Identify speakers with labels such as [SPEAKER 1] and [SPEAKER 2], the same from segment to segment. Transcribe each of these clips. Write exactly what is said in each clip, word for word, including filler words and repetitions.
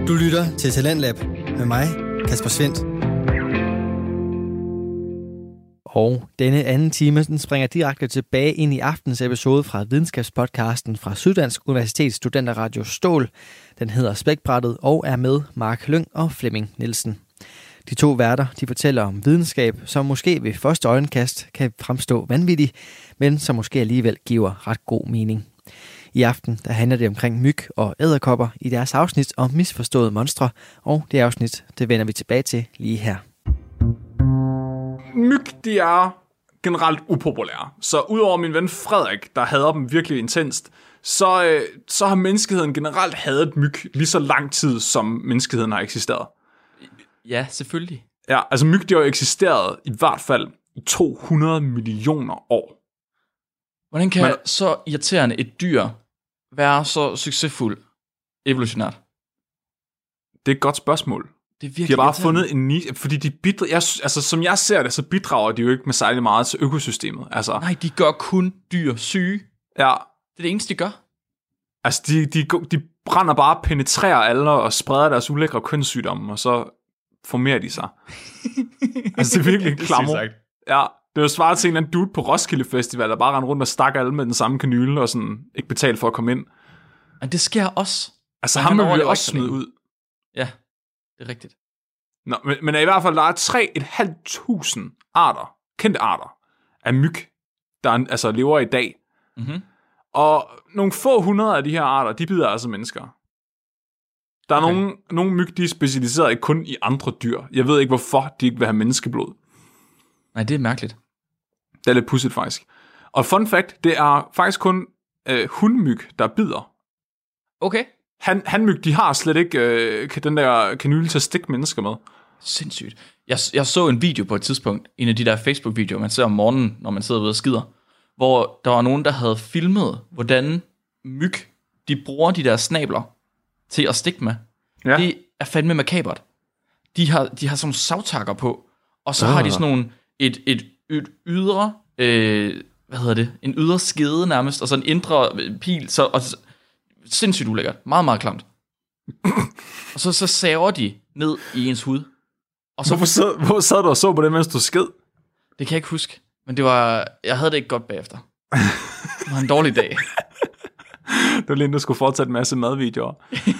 [SPEAKER 1] Du lytter til Talentlab med mig, Kasper Svendt. Og denne anden time, den springer direkte tilbage ind i aftens episode fra videnskabspodcasten fra Syddansk Universitets Studenterradio Stål. Den hedder Spækbrættet og er med Mark Lyng og Flemming Nielsen. De to værter, de fortæller om videnskab, som måske ved første øjenkast kan fremstå vanvittig, men som måske alligevel giver ret god mening. I aften der handler det omkring myg og edderkopper i deres afsnit om misforståede monstre, og det afsnit, det vender vi tilbage til lige her.
[SPEAKER 2] Myg, de er generelt upopulære. Så udover min ven Frederik, der hader dem virkelig intenst, så, øh, så har menneskeheden generelt hadet myg lige så lang tid, som menneskeheden har eksisteret.
[SPEAKER 3] Ja, selvfølgelig.
[SPEAKER 2] Ja, altså myg, de har jo eksisteret i hvert fald i to hundrede millioner år.
[SPEAKER 3] Hvordan kan
[SPEAKER 2] Men,
[SPEAKER 3] så irriterende et dyr være så succesfuld evolutionært?
[SPEAKER 2] det er et godt spørgsmål.
[SPEAKER 3] Det er virkelig
[SPEAKER 2] De har bare
[SPEAKER 3] irriterende.
[SPEAKER 2] fundet en niche, fordi de bidrager, jeg, altså som jeg ser det, så bidrager de jo ikke med særlig meget til økosystemet. Altså,
[SPEAKER 3] Nej, de gør kun dyr syge.
[SPEAKER 2] ja,
[SPEAKER 3] Det er det eneste, de gør.
[SPEAKER 2] altså de, de, de brænder bare, penetrerer alle og spreder deres ulækre kønssygdomme, og så formerer de sig. Altså det er virkelig klammer. Ja, det var svaret til en eller anden dude på Roskilde Festival, der bare rendte rundt og stak alle med den samme kanyle, og sådan ikke betalt for at komme ind.
[SPEAKER 3] Men det sker også.
[SPEAKER 2] Altså
[SPEAKER 3] Men
[SPEAKER 2] ham
[SPEAKER 3] han
[SPEAKER 2] vil vi
[SPEAKER 3] overlever
[SPEAKER 2] også
[SPEAKER 3] ikke
[SPEAKER 2] smide
[SPEAKER 3] sådan
[SPEAKER 2] ud.
[SPEAKER 3] Ja, det er rigtigt.
[SPEAKER 2] Nå, men, men i hvert fald, der er tre et halvt tusind arter, kendte arter, af myg, der altså lever i dag.
[SPEAKER 3] Mm-hmm.
[SPEAKER 2] Og nogle få hundrede af de her arter, de bider altså mennesker. Der er
[SPEAKER 3] Okay.
[SPEAKER 2] nogle, nogle myg, de er specialiseret ikke kun i andre dyr. Jeg ved ikke, hvorfor de ikke vil have menneskeblod.
[SPEAKER 3] Nej, det er mærkeligt.
[SPEAKER 2] Det er lidt pudsigt faktisk. Og fun fact, det er faktisk kun øh, hundmyg, der bider.
[SPEAKER 3] Okay.
[SPEAKER 2] Han, hanmyg, de har slet ikke øh, den der kanyle til at stikke mennesker med.
[SPEAKER 3] Sindssygt. Jeg, jeg så en video på et tidspunkt, en af de der Facebook-videoer, man ser om morgenen, når man sidder ved og skider, hvor der var nogen, der havde filmet, hvordan myg, de bruger de der snabler til at stikke med.
[SPEAKER 2] Ja.
[SPEAKER 3] Det er fandme makabert. De har, de har sådan nogle savtakker på, og så
[SPEAKER 2] Ah.
[SPEAKER 3] har de sådan nogle, et, et, et ydre, øh, hvad hedder det, en ydre skede nærmest, og så en indre pil, så, og, sindssygt ulækkert, meget, meget klamt. Og så, så saver de ned i ens hud. Og så,
[SPEAKER 2] Hvorfor sad, hvor sad du og så på det, mens du sked?
[SPEAKER 3] det kan jeg ikke huske, men det var, jeg havde det ikke godt bagefter. Det var en dårlig dag.
[SPEAKER 2] Det var lige, du skulle fortsætte en masse madvideoer.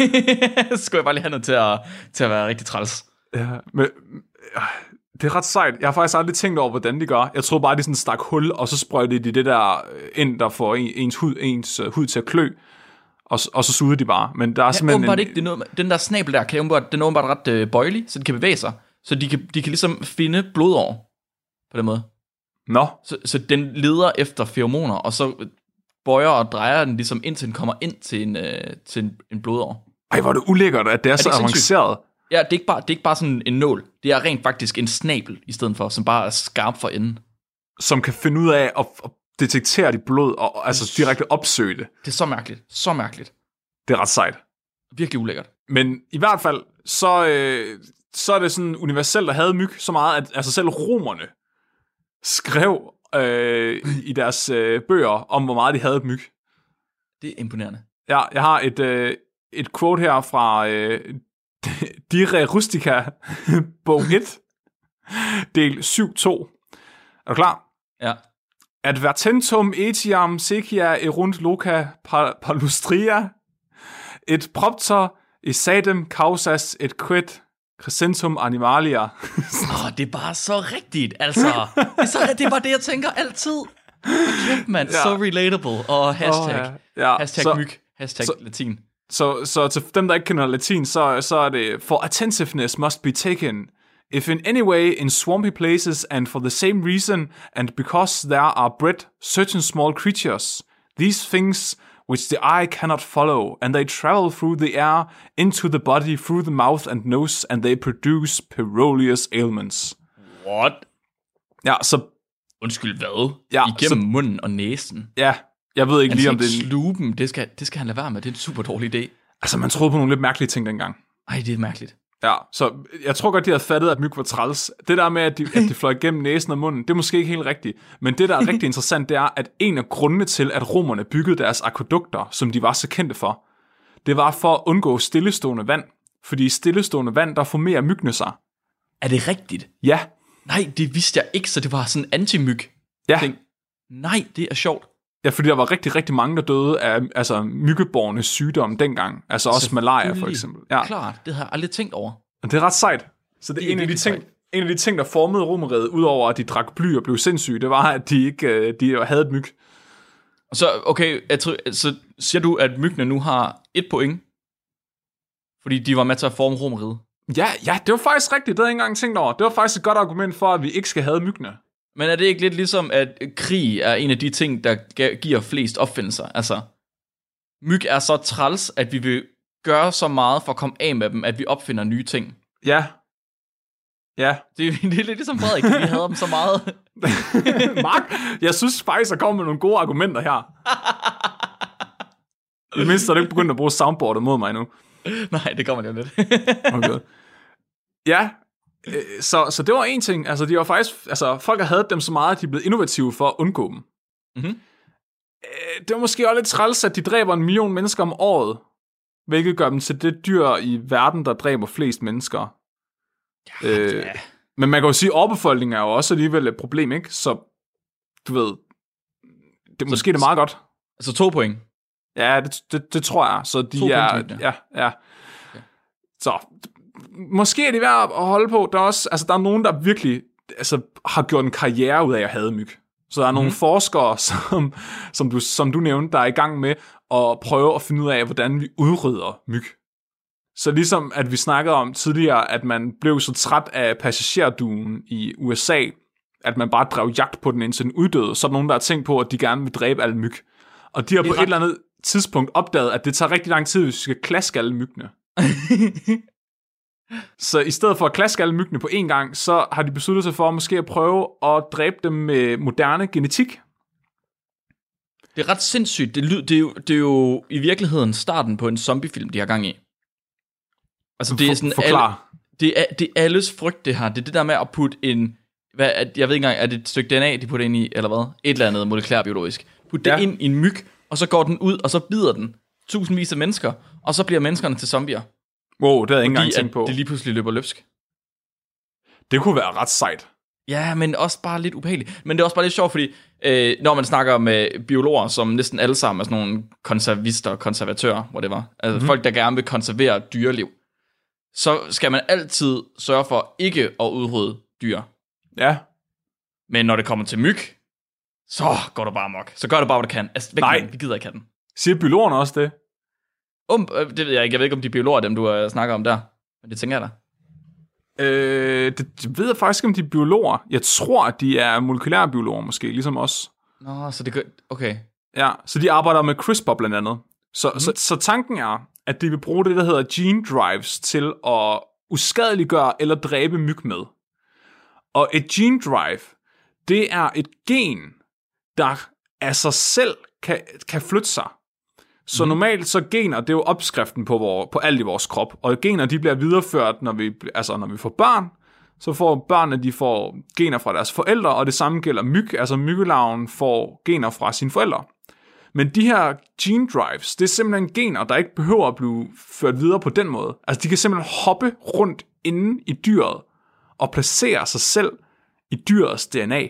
[SPEAKER 3] Så skulle jeg bare lige have noget til at, til at være rigtig træls.
[SPEAKER 2] Ja, men øh, det er ret sejt. Jeg har faktisk aldrig tænkt over, hvordan de gør. Jeg tror bare, de sådan stak hul, og så sprøjtede de det der ind, der får en, ens, hud, ens hud til at klø. Og, og så sugede de bare. Men der er
[SPEAKER 3] Ja,
[SPEAKER 2] simpelthen
[SPEAKER 3] åbenbart
[SPEAKER 2] en,
[SPEAKER 3] ikke. Det er noget, den der snabel der, kan åbenbart, den er åbenbart ret øh, bøjelig, så den kan bevæge sig. Så de kan, de kan ligesom finde blodår på den måde.
[SPEAKER 2] Nå,
[SPEAKER 3] Så, så den leder efter feromoner, og så bøjer og drejer den ligesom indtil den kommer ind til en, øh, til en, en blodår.
[SPEAKER 2] ej, hvor er det ulækkert, at det er, er
[SPEAKER 3] det
[SPEAKER 2] så
[SPEAKER 3] ikke sindssygt?
[SPEAKER 2] avanceret.
[SPEAKER 3] Ja, det er, ikke bare, det er ikke bare sådan en nål. Det er rent faktisk en snabel i stedet for, som bare er skarp for enden.
[SPEAKER 2] Som kan finde ud af at, at detektere dit blod, og, og altså direkte opsøge det.
[SPEAKER 3] Det er så mærkeligt. Så mærkeligt.
[SPEAKER 2] Det er ret sejt.
[SPEAKER 3] Virkelig ulækkert.
[SPEAKER 2] Men i hvert fald, så, øh, så er det sådan universelt, der havde myg så meget, at altså selv romerne skrev øh, i deres øh, bøger om, hvor meget de havde myg.
[SPEAKER 3] Det er imponerende.
[SPEAKER 2] Ja, jeg har et, øh, et quote her fra øh, Dire Rustica, bog et, del syv to. Er du klar?
[SPEAKER 3] Ja.
[SPEAKER 2] Advertentum etiam sequia erunt loca pa- palustria, et propter esadem causas et quid crescentum animalia.
[SPEAKER 3] Åh, det er bare så rigtigt, altså. Det er, så, det er bare det, jeg tænker altid. Hvor kæft, mand.
[SPEAKER 2] Ja.
[SPEAKER 3] Så relatable. Og hashtag.
[SPEAKER 2] Åh, ja. Ja,
[SPEAKER 3] Hashtag
[SPEAKER 2] så-
[SPEAKER 3] myg. Hashtag
[SPEAKER 2] så-
[SPEAKER 3] latin.
[SPEAKER 2] Så, så til dem, der ikke kender latin, så, så er det, for attentiveness must be taken, if in any way in swampy places and for the same reason, and because there are bred certain small creatures, these things which the eye cannot follow, and they travel through the air, into the body, through the mouth and nose, and they produce perilous ailments.
[SPEAKER 3] What?
[SPEAKER 2] Ja, så,
[SPEAKER 3] Undskyld, hvad?
[SPEAKER 2] Ja,
[SPEAKER 3] Igennem
[SPEAKER 2] så-
[SPEAKER 3] munden og næsen.
[SPEAKER 2] ja, jeg ved ikke
[SPEAKER 3] Han
[SPEAKER 2] lige,
[SPEAKER 3] skal
[SPEAKER 2] om
[SPEAKER 3] ikke
[SPEAKER 2] det er...
[SPEAKER 3] sluge dem. Det skal, det skal han lade være med. Det er en super dårlig idé.
[SPEAKER 2] Altså, man troede på nogle lidt mærkelige ting dengang.
[SPEAKER 3] Ej, det er mærkeligt.
[SPEAKER 2] Ja, så jeg tror godt, de havde fattet, at myg var træls. Det der med, at de, at de fløj gennem næsen og munden, det er måske ikke helt rigtigt. Men det, der er rigtig interessant, det er, at en af grundene til, at romerne byggede deres akvædukter, som de var så kendte for, det var for at undgå stillestående vand. Fordi i stillestående vand, der formerer myggene sig.
[SPEAKER 3] Er det rigtigt?
[SPEAKER 2] Ja.
[SPEAKER 3] Nej, det vidste jeg ikke, så det var sådan en anti-myg.
[SPEAKER 2] Ja.
[SPEAKER 3] Ting. Nej, det er sjovt.
[SPEAKER 2] Ja, fordi der var rigtig, rigtig mange, der døde af altså, myggeborne sygdomme dengang. Altså også malaria, for eksempel. Ja.
[SPEAKER 3] Klart, det har jeg aldrig tænkt over.
[SPEAKER 2] Og det er ret sejt. Så det,
[SPEAKER 3] Det
[SPEAKER 2] er
[SPEAKER 3] er
[SPEAKER 2] en, af de
[SPEAKER 3] virkelig
[SPEAKER 2] ting,
[SPEAKER 3] sejt.
[SPEAKER 2] en af de ting, der formede Romerriget, udover at de drak bly og blev sindssyge, det var, at de ikke de havde et myg.
[SPEAKER 3] Og så, okay, jeg tror, så siger du, at myggene nu har et point? Fordi de var med til at forme Romerriget.
[SPEAKER 2] Ja, ja, det var faktisk rigtigt. Det havde jeg ikke engang tænkt over. Det var faktisk et godt argument for, at vi ikke skal have myggene.
[SPEAKER 3] Men er det ikke lidt ligesom, at krig er en af de ting, der giver flest opfindelser? Altså, myg er så træls, at vi vil gøre så meget for at komme af med dem, at vi opfinder nye ting.
[SPEAKER 2] Ja. Ja.
[SPEAKER 3] Det, det er lidt ligesom Frederik, vi havde dem så meget.
[SPEAKER 2] Mark, jeg synes faktisk, at komme med nogle gode argumenter her. I mindst er du ikke begyndt at bruge soundboardet mod mig nu.
[SPEAKER 3] Nej, det kommer jo lidt.
[SPEAKER 2] Okay. Ja, så, så det var en ting. Altså, de var faktisk, altså, folk havde dem så meget, at de blev innovative for at undgå dem.
[SPEAKER 3] Mm-hmm.
[SPEAKER 2] Det var måske også lidt træls, at de dræber en million mennesker om året, hvilket gør dem til det dyr i verden, der dræber flest mennesker. Ja, øh, ja. Men man kan jo sige, at overbefolkningen er jo også alligevel et problem, ikke? Så, du ved, det er måske det meget godt.
[SPEAKER 3] Altså to point?
[SPEAKER 2] Ja, det, det, det tror jeg. Så de
[SPEAKER 3] to
[SPEAKER 2] er,
[SPEAKER 3] point,
[SPEAKER 2] ja, ja. Okay. Så, måske er de værd at holde på. Der er også, altså der er nogen, der virkelig altså, har gjort en karriere ud af at have myg. Så der er mm. nogle forskere, som, som, du, som du nævnte, der er i gang med at prøve at finde ud af, hvordan vi udrydder myg. Så ligesom at vi snakkede om tidligere, at man blev så træt af passagerduen i U S A, at man bare drev jagt på den, indtil den uddøde, så er der nogen, der har tænkt på, at de gerne vil dræbe alle myg. Og de har på ret... et eller andet tidspunkt opdaget, at det tager rigtig lang tid, hvis vi skal klaske alle myggene. Så i stedet for at klaske alle myggene på én gang, så har de besluttet sig for måske at prøve at dræbe dem med moderne genetik.
[SPEAKER 3] Det er ret sindssygt. Det, ly- det, er, jo, det er jo i virkeligheden starten på en zombiefilm, de har gang i. Altså det er sådan
[SPEAKER 2] For, alle,
[SPEAKER 3] det, er, det er alles frygt, det her. Det er det der med at putte en... Hvad, jeg ved ikke engang, er det et stykke D N A, de putter ind i, eller hvad? Et eller andet molekylærbiologisk. Putte ja. det ind i en myg, og så går den ud, og så bider den tusindvis af mennesker, og så bliver menneskerne til zombier.
[SPEAKER 2] Wow, det havde jeg ikke engang tænkt på.
[SPEAKER 3] Det lige pludselig løber løbsk.
[SPEAKER 2] Det kunne være ret sejt.
[SPEAKER 3] Ja, men også bare lidt ubehageligt. Men det er også bare lidt sjovt, fordi øh, når man snakker med biologer, som næsten alle sammen er sådan nogle konservister, konservatører, hvor det var, altså mm-hmm. folk, der gerne vil konservere dyreliv, så skal man altid sørge for ikke at udrydde dyr.
[SPEAKER 2] Ja.
[SPEAKER 3] Men når det kommer til myg, så går du bare amok. Så gør du bare, hvad du kan. Altså,
[SPEAKER 2] Nej.
[SPEAKER 3] Vi gider ikke have den.
[SPEAKER 2] Siger biologerne også det?
[SPEAKER 3] Um, det ved jeg ikke. Jeg ved ikke, om de biologer, dem du uh, snakker om der. Men det tænker jeg da.
[SPEAKER 2] Øh, det, det ved jeg faktisk ikke, om de er biologer. Jeg tror, at de er molekylærbiologer måske, ligesom os.
[SPEAKER 3] Nå, så det gør... Okay.
[SPEAKER 2] Ja, så de arbejder med CRISPR blandt andet. Så, mm. så, så tanken er, at de vil bruge det, der hedder gene drives, til at uskadeliggøre eller dræbe myg med. Og et gene drive, det er et gen, der af sig selv kan, kan flytte sig. Så mm. normalt så gener, det er jo opskriften på, vor, på alt i vores krop, og gener de bliver videreført, når vi, altså når vi får børn, så får børnene, de får gener fra deres forældre, og det samme gælder myg, altså myggelarven får gener fra sine forældre. Men de her gene drives, det er simpelthen gener, der ikke behøver at blive ført videre på den måde. Altså de kan simpelthen hoppe rundt inde i dyret, og placere sig selv i dyrets D N A.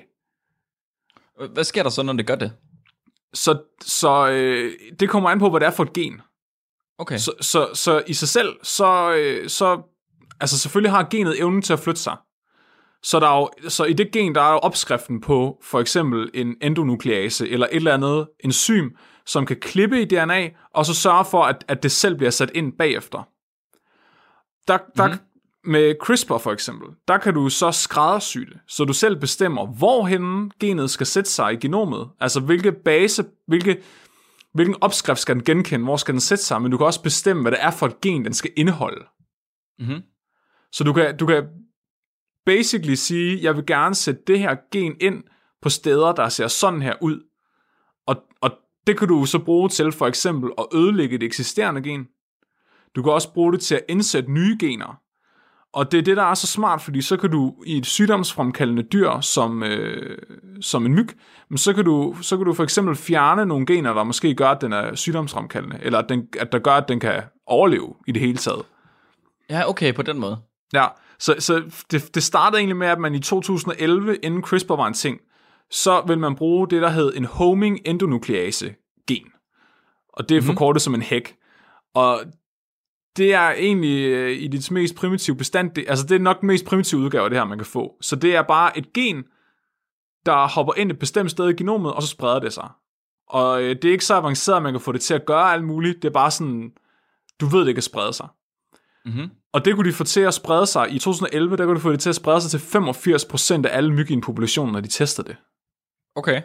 [SPEAKER 3] Hvad sker der så, når det gør det?
[SPEAKER 2] Så, så øh, det kommer an på, hvad det er for et gen.
[SPEAKER 3] Okay.
[SPEAKER 2] Så, så, så i sig selv, så, øh, så altså selvfølgelig har genet evnen til at flytte sig. Så, der er jo, så i det gen, der er jo opskriften på for eksempel en endonuklease, eller et eller andet enzym, som kan klippe i D N A, og så sørge for, at, at det selv bliver sat ind bagefter. Der, der, mm-hmm. Med CRISPR for eksempel, der kan du så skræddersy det, så du selv bestemmer, hvorhenne genet skal sætte sig i genomet. Altså hvilke base, hvilke, hvilken opskrift skal den genkende, hvor skal den sætte sig, men du kan også bestemme, hvad det er for et gen, den skal indeholde.
[SPEAKER 3] Mm-hmm.
[SPEAKER 2] Så du kan, du kan basically sige, jeg vil gerne sætte det her gen ind på steder, der ser sådan her ud. Og, og det kan du så bruge til for eksempel at ødelægge et eksisterende gen. Du kan også bruge det til at indsætte nye gener. Og det er det, der er så smart, fordi så kan du i et sygdomsfremkaldende dyr, som, øh, som en myg, men så kan, du, så kan du for eksempel fjerne nogle gener, der måske gør, at den er sygdomsfremkaldende, eller at, den, at der gør, at den kan overleve i det hele taget.
[SPEAKER 3] Ja, okay, på den måde.
[SPEAKER 2] Ja, så, så det, det startede egentlig med, at man i to tusind og elleve, inden CRISPR var en ting, så vil man bruge det, der hed en homing endonuklease-gen. Og det er forkortet mm-hmm. som en hæk. Og det er egentlig øh, i det mest primitive bestand, altså det er nok den mest primitive udgave af det her, man kan få. Så det er bare et gen, der hopper ind et bestemt sted i genomet, og så spreder det sig. Og øh, det er ikke så avanceret, at man kan få det til at gøre alt muligt. Det er bare sådan, du ved, det kan sprede sig.
[SPEAKER 3] Mm-hmm.
[SPEAKER 2] Og det kunne de få til at sprede sig. I to tusind og elleve, der kunne de få det til at sprede sig til femogfirs procent af alle myg i en population, når de tester det.
[SPEAKER 3] Okay.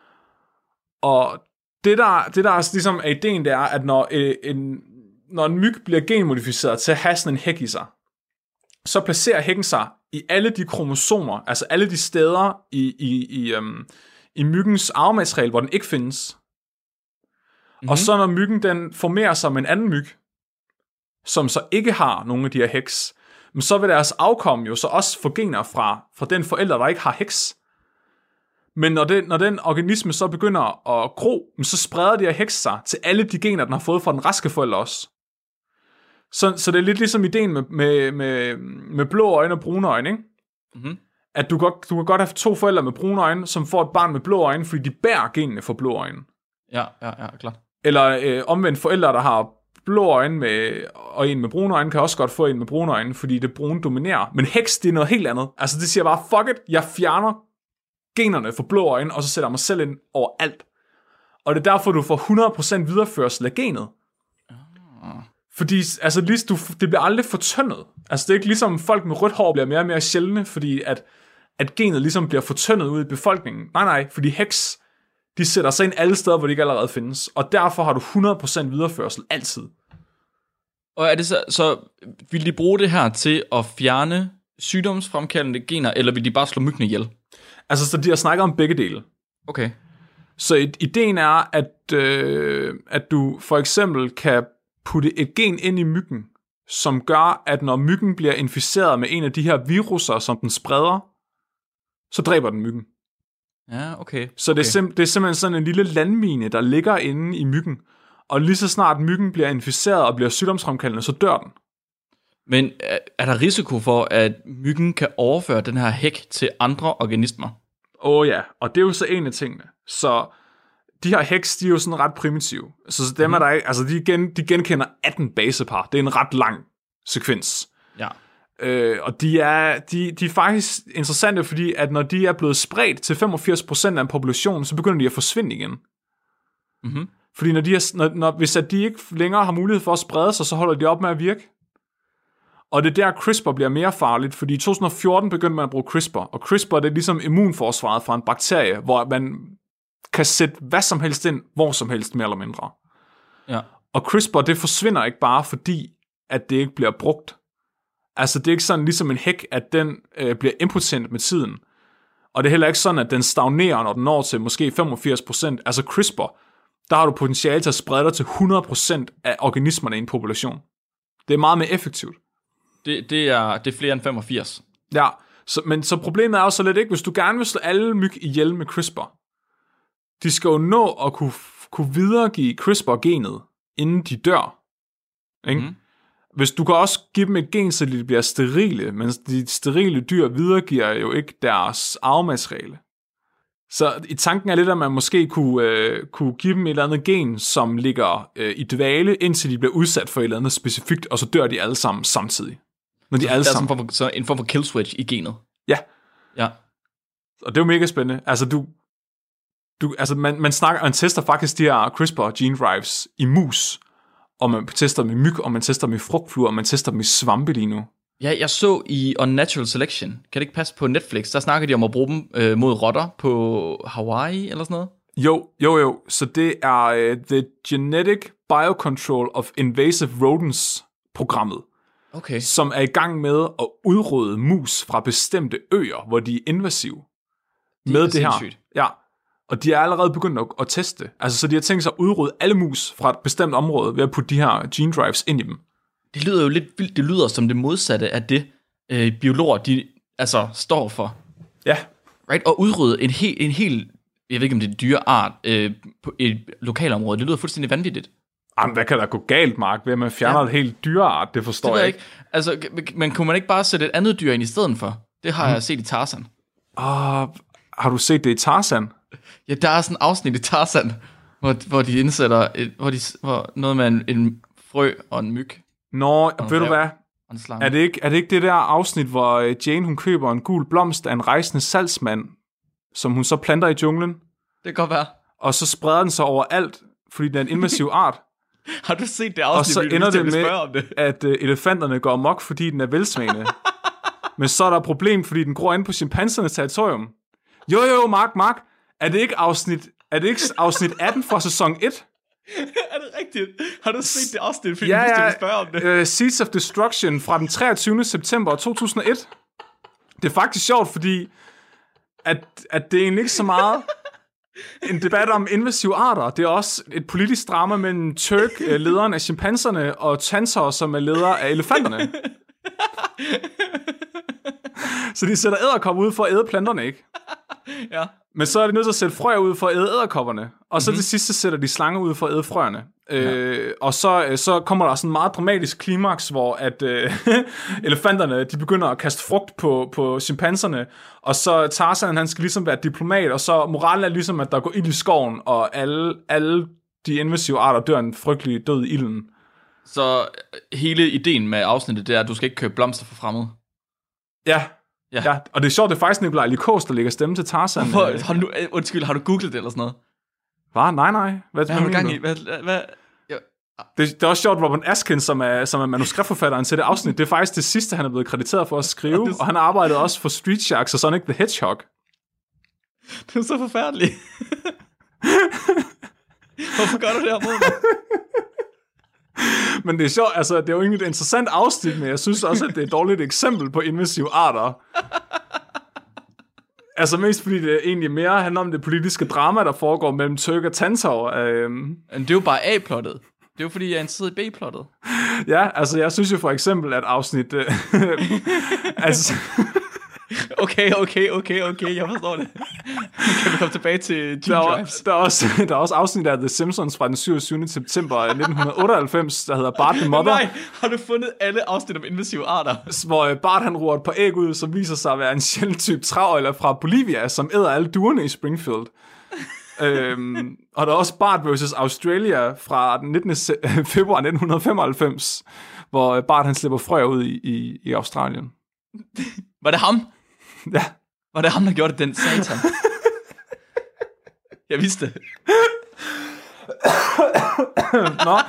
[SPEAKER 2] Og det der, det der er ligesom er ideen, det er, at når øh, en, når en myg bliver genmodificeret til at have sådan en hæk i sig, så placerer hækken sig i alle de kromosomer, altså alle de steder i, i, i, øhm, i myggens arvemateriale, hvor den ikke findes. Mm-hmm. Og så når myggen den formerer sig med en anden myg, som så ikke har nogen af de her heks, men så vil deres afkom jo så også få gener fra, fra den forælder, der ikke har heks. Men når den, når den organisme så begynder at gro, så spreder de her heks sig til alle de gener, den har fået fra den raske forælder også. Så, så det er lidt ligesom ideen med, med, med, med blå øjne og brune øjne, ikke?
[SPEAKER 3] Mm-hmm.
[SPEAKER 2] At du, godt, du kan godt have to forældre med brune øjne, som får et barn med blå øjne, fordi de bærer genene for blå øjne.
[SPEAKER 3] Ja, ja, ja, klart.
[SPEAKER 2] Eller øh, omvendt forældre, der har blå øjne med, og en med brune øjne, kan også godt få en med brune øjne, fordi det brune dominerer. Men heks, det er noget helt andet. Altså det siger bare, fuck it, jeg fjerner generne for blå øjne, og så sætter mig selv ind over alt. Og det er derfor, du får hundrede procent videreførsel af genet.
[SPEAKER 3] Ah.
[SPEAKER 2] Fordi altså, lige, du, det bliver aldrig fortyndet. Altså det er ikke ligesom folk med rødt hår bliver mere og mere sjældne, fordi at, at genet ligesom bliver fortyndet ud i befolkningen. Nej, nej, fordi heks, de sætter sig ind alle steder, hvor de ikke allerede findes. Og derfor har du hundrede procent videreførsel altid.
[SPEAKER 3] Og er det så, så vil de bruge det her til at fjerne sygdomsfremkaldende gener, eller vil de bare slå myggene ihjel?
[SPEAKER 2] Altså, så de har snakket om begge dele.
[SPEAKER 3] Okay.
[SPEAKER 2] Så ideen er, at, øh, at du for eksempel kan putte et gen ind i myggen, som gør, at når myggen bliver inficeret med en af de her viruser, som den spreder, så dræber den myggen.
[SPEAKER 3] Ja, okay.
[SPEAKER 2] Så
[SPEAKER 3] okay.
[SPEAKER 2] det, er sim- det er simpelthen sådan en lille landmine, der ligger inde i myggen, og lige så snart myggen bliver inficeret og bliver sygdomsfremkaldende, så dør den.
[SPEAKER 3] Men er, er der risiko for, at myggen kan overføre den her hæk til andre organismer?
[SPEAKER 2] Åh oh, ja, og det er jo så en af tingene. Så de her heks, de er jo sådan ret primitive. Så dem mm. er der ikke, altså de, gen, de genkender atten basepar. Det er en ret lang sekvens.
[SPEAKER 3] Ja.
[SPEAKER 2] Øh, og de er, de, de er faktisk interessante, fordi at når de er blevet spredt til femogfirs procent af en population, så begynder de at forsvinde igen.
[SPEAKER 3] Mm-hmm.
[SPEAKER 2] Fordi når de er, når, når, hvis at de ikke længere har mulighed for at sprede sig, så holder de op med at virke. Og det er der, CRISPR bliver mere farligt, fordi i to tusind og fjorten begyndte man at bruge CRISPR, og CRISPR det er ligesom immunforsvaret fra en bakterie, hvor man kan sætte hvad som helst ind, hvor som helst, mere eller mindre.
[SPEAKER 3] Ja.
[SPEAKER 2] Og CRISPR, det forsvinder ikke bare fordi, at det ikke bliver brugt. Altså, det er ikke sådan ligesom en hæk, at den øh, bliver impotent med tiden. Og det er heller ikke sådan, at den stagnerer, når den når til måske femogfirs procent. Altså CRISPR, der har du potentiale til at sprede dig til hundrede procent af organismerne i en population. Det er meget mere effektivt.
[SPEAKER 3] Det, det, er, det er flere end femogfirs.
[SPEAKER 2] Ja, så, men så problemet er jo så lidt ikke, hvis du gerne vil slå alle myg ihjel med CRISPR, de skal jo nå at kunne, kunne videregive CRISPR-genet, inden de dør. Ikke? Mm. Hvis du kan også give dem et gen, så de bliver sterile, men de sterile dyr videregiver jo ikke deres arvemateriale. Så i tanken er lidt, at man måske kunne, øh, kunne give dem et eller andet gen, som ligger øh, i dvale, indtil de bliver udsat for et eller andet specifikt, og så dør de alle sammen samtidig. Når de
[SPEAKER 3] så
[SPEAKER 2] alle
[SPEAKER 3] der
[SPEAKER 2] sammen...
[SPEAKER 3] er sådan så en form for kill switch i genet.
[SPEAKER 2] Ja.
[SPEAKER 3] Ja.
[SPEAKER 2] Og det er jo mega spændende. Altså, du, du, altså man, man, snakker, man tester faktisk de her CRISPR gene drives i mus, og man tester dem i myg, og man tester dem i frugtfluer, og man tester dem i svampe lige nu.
[SPEAKER 3] Ja, jeg så i Unnatural Selection, kan det ikke passe på Netflix, der snakker de om at bruge dem øh, mod rotter på Hawaii eller sådan noget?
[SPEAKER 2] Jo, jo, jo. Så det er uh, The Genetic Biocontrol of Invasive Rodents-programmet,
[SPEAKER 3] okay.
[SPEAKER 2] som er i gang med at udrydde mus fra bestemte øer, hvor de er invasive.
[SPEAKER 3] Det
[SPEAKER 2] med
[SPEAKER 3] er
[SPEAKER 2] det her.
[SPEAKER 3] sindssygt.
[SPEAKER 2] Ja, og de er allerede begyndt at, at teste. Altså, så de har tænkt sig at udrydde alle mus fra et bestemt område ved at putte de her gene drives ind i dem.
[SPEAKER 3] Det lyder jo lidt vildt. Det lyder som det modsatte af det, øh, biologer de, altså, står for.
[SPEAKER 2] Ja.
[SPEAKER 3] Right? Og udrydde en helt, en hel, jeg ved ikke om det er dyreart, øh, på et lokalområde. Det lyder fuldstændig vanvittigt.
[SPEAKER 2] Jamen, hvad kan der gå galt, Mark, ved at man fjerner ja. et helt dyreart? Det forstår
[SPEAKER 3] det
[SPEAKER 2] jeg
[SPEAKER 3] ikke. Altså, men kunne man ikke bare sætte et andet dyr ind i stedet for? Det har hmm. jeg set i Tarzan.
[SPEAKER 2] Uh, har du set det i Tarzan?
[SPEAKER 3] Ja, der er sådan et afsnit i Tarzan, hvor, hvor de indsætter et, hvor de, hvor noget med en, en frø og en myg.
[SPEAKER 2] Nå, ved du hvad? Er det, ikke, er det ikke det der afsnit, hvor Jane hun køber en gul blomst af en rejsende salgsmand, som hun så planter i junglen?
[SPEAKER 3] Det kan godt være.
[SPEAKER 2] Og så spreder den sig over alt, fordi den er en invasiv art.
[SPEAKER 3] Har du set det afsnit?
[SPEAKER 2] Og så ender det med, det. at uh, elefanterne går amok, fordi den er velsmagende. Men så er der et problem, fordi den gror ind på chimpansernes territorium. Jo, jo, Mark, Mark. Er det ikke afsnit, er det ikke afsnit atten fra sæson et?
[SPEAKER 3] Er det rigtigt? Har du set det afsnit, fordi
[SPEAKER 2] ja,
[SPEAKER 3] du ja, spørge om det?
[SPEAKER 2] Uh, Seeds of Destruction fra den treogtyvende september to tusind og et. Det er faktisk sjovt, fordi at, at det er egentlig ikke så meget en debat om invasive arter. Det er også et politisk drama mellem Turk, lederen af chimpanserne, og Tantor, som er leder af elefanterne. Så de sætter edderkopper ud for at æde planterne, ikke?
[SPEAKER 3] Ja.
[SPEAKER 2] Men så er de nødt til at sætte frøer ud for at æde edderkopperne. Og så mm-hmm. til sidst så sætter de slanger ud for at æde frøerne. Ja. Øh, og så, så kommer der sådan en meget dramatisk klimaks, hvor at øh, elefanterne de begynder at kaste frugt på, på chimpanserne. Og så Tarzan, han skal ligesom være diplomat. Og så moralen er ligesom, at der går ild i skoven, og alle, alle de invasive arter dør en frygtelig død i ilden.
[SPEAKER 3] Så hele ideen med afsnittet, det er, at du skal ikke købe blomster for fremmede.
[SPEAKER 2] Ja. Ja. ja, og det er sjovt, det er faktisk Nikolaj Likos, der lægger stemme til Tarzan.
[SPEAKER 3] Hvorfor, har du, undskyld, har du googlet det eller sådan noget?
[SPEAKER 2] Hvad? Nej, nej. Hvad,
[SPEAKER 3] hvad har du gang i? Hvad, hvad? Ja.
[SPEAKER 2] Det, det er også sjovt, Robin Askin, som er, som er manuskriptforfatteren til det afsnit, det er faktisk det sidste, han er blevet krediteret for at skrive, og, og han arbejdede også for Street Sharks og Sonic the Hedgehog.
[SPEAKER 3] Det er så forfærdeligt. Hvorfor gør du det her mod mig?
[SPEAKER 2] Men det er sjovt, altså det er jo egentlig et interessant afsnit, men jeg synes også, at det er et dårligt eksempel på invasive arter. Altså mest fordi det egentlig mere handler om det politiske drama, der foregår mellem Turk og Tantor. Øhm.
[SPEAKER 3] Men det er jo bare A-plottet. Det er jo fordi, jeg er interesseret i B-plottet.
[SPEAKER 2] Ja, altså jeg synes jo for eksempel, at afsnit... Øh, altså...
[SPEAKER 3] Okay, okay, okay, okay, jeg forstår det. Kan vi komme tilbage til G-Drives?
[SPEAKER 2] Der, der, er også, der er også afsnit af The Simpsons fra den syvogtyvende september nitten otteoghalvfems, der hedder Bart the Mother.
[SPEAKER 3] Nej, har du fundet alle afsnit om invasive arter?
[SPEAKER 2] Hvor Bart han roer et par æg ud, som viser sig at være en sjælden type træøjler fra Bolivia, som æder alle duerne i Springfield. øhm, og der er også Bart versus Australia fra den nittende februar nitten femoghalvfems, hvor Bart han slipper frøer ud i, i, i Australien.
[SPEAKER 3] Var det ham?
[SPEAKER 2] Ja.
[SPEAKER 3] Var det ham, der gjorde det, den satan? Jeg vidste det.
[SPEAKER 2] Nå.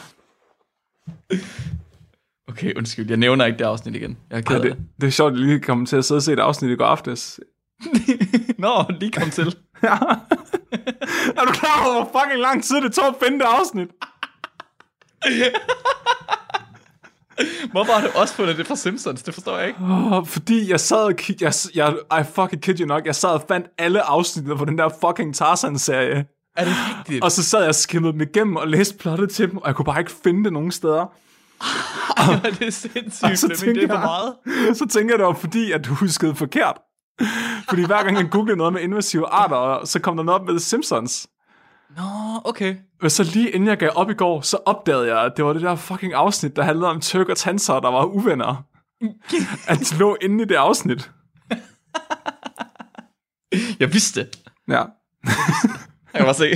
[SPEAKER 3] Okay, undskyld. Jeg nævner ikke det afsnit igen. Jeg er ked af
[SPEAKER 2] det. Det er sjovt, at lige komme til at sidde og se et afsnit i går aftes.
[SPEAKER 3] Nå, lige kom til.
[SPEAKER 2] Ja. Er du klar over, hvor fucking lang tid det tog at finde det afsnit?
[SPEAKER 3] Hvorfor har du også fundet det fra Simpsons? Det forstår jeg ikke.
[SPEAKER 2] Oh, fordi jeg sad og kig, jeg, jeg, I fucking kid you nok, jeg sad og fandt alle afsnittet på den der fucking Tarzan-serie.
[SPEAKER 3] Er det rigtigt?
[SPEAKER 2] Og så sad jeg og skimmede dem igennem og læste plottet til dem, og jeg kunne bare ikke finde det nogen steder.
[SPEAKER 3] Ej, det er sindssygt, så det er for meget.
[SPEAKER 2] Så tænker jeg, det var fordi, at du huskede forkert. Fordi hver gang jeg googlede noget med invasive arter, så kom der noget op med The Simpsons.
[SPEAKER 3] Nå, okay.
[SPEAKER 2] Men så lige inden jeg gav op i går, så opdagede jeg, at det var det der fucking afsnit, der handlede om Turk og Tantor, der var uvenner. At de lå inde i det afsnit.
[SPEAKER 3] Jeg vidste det.
[SPEAKER 2] Ja.
[SPEAKER 3] Jeg kan bare se.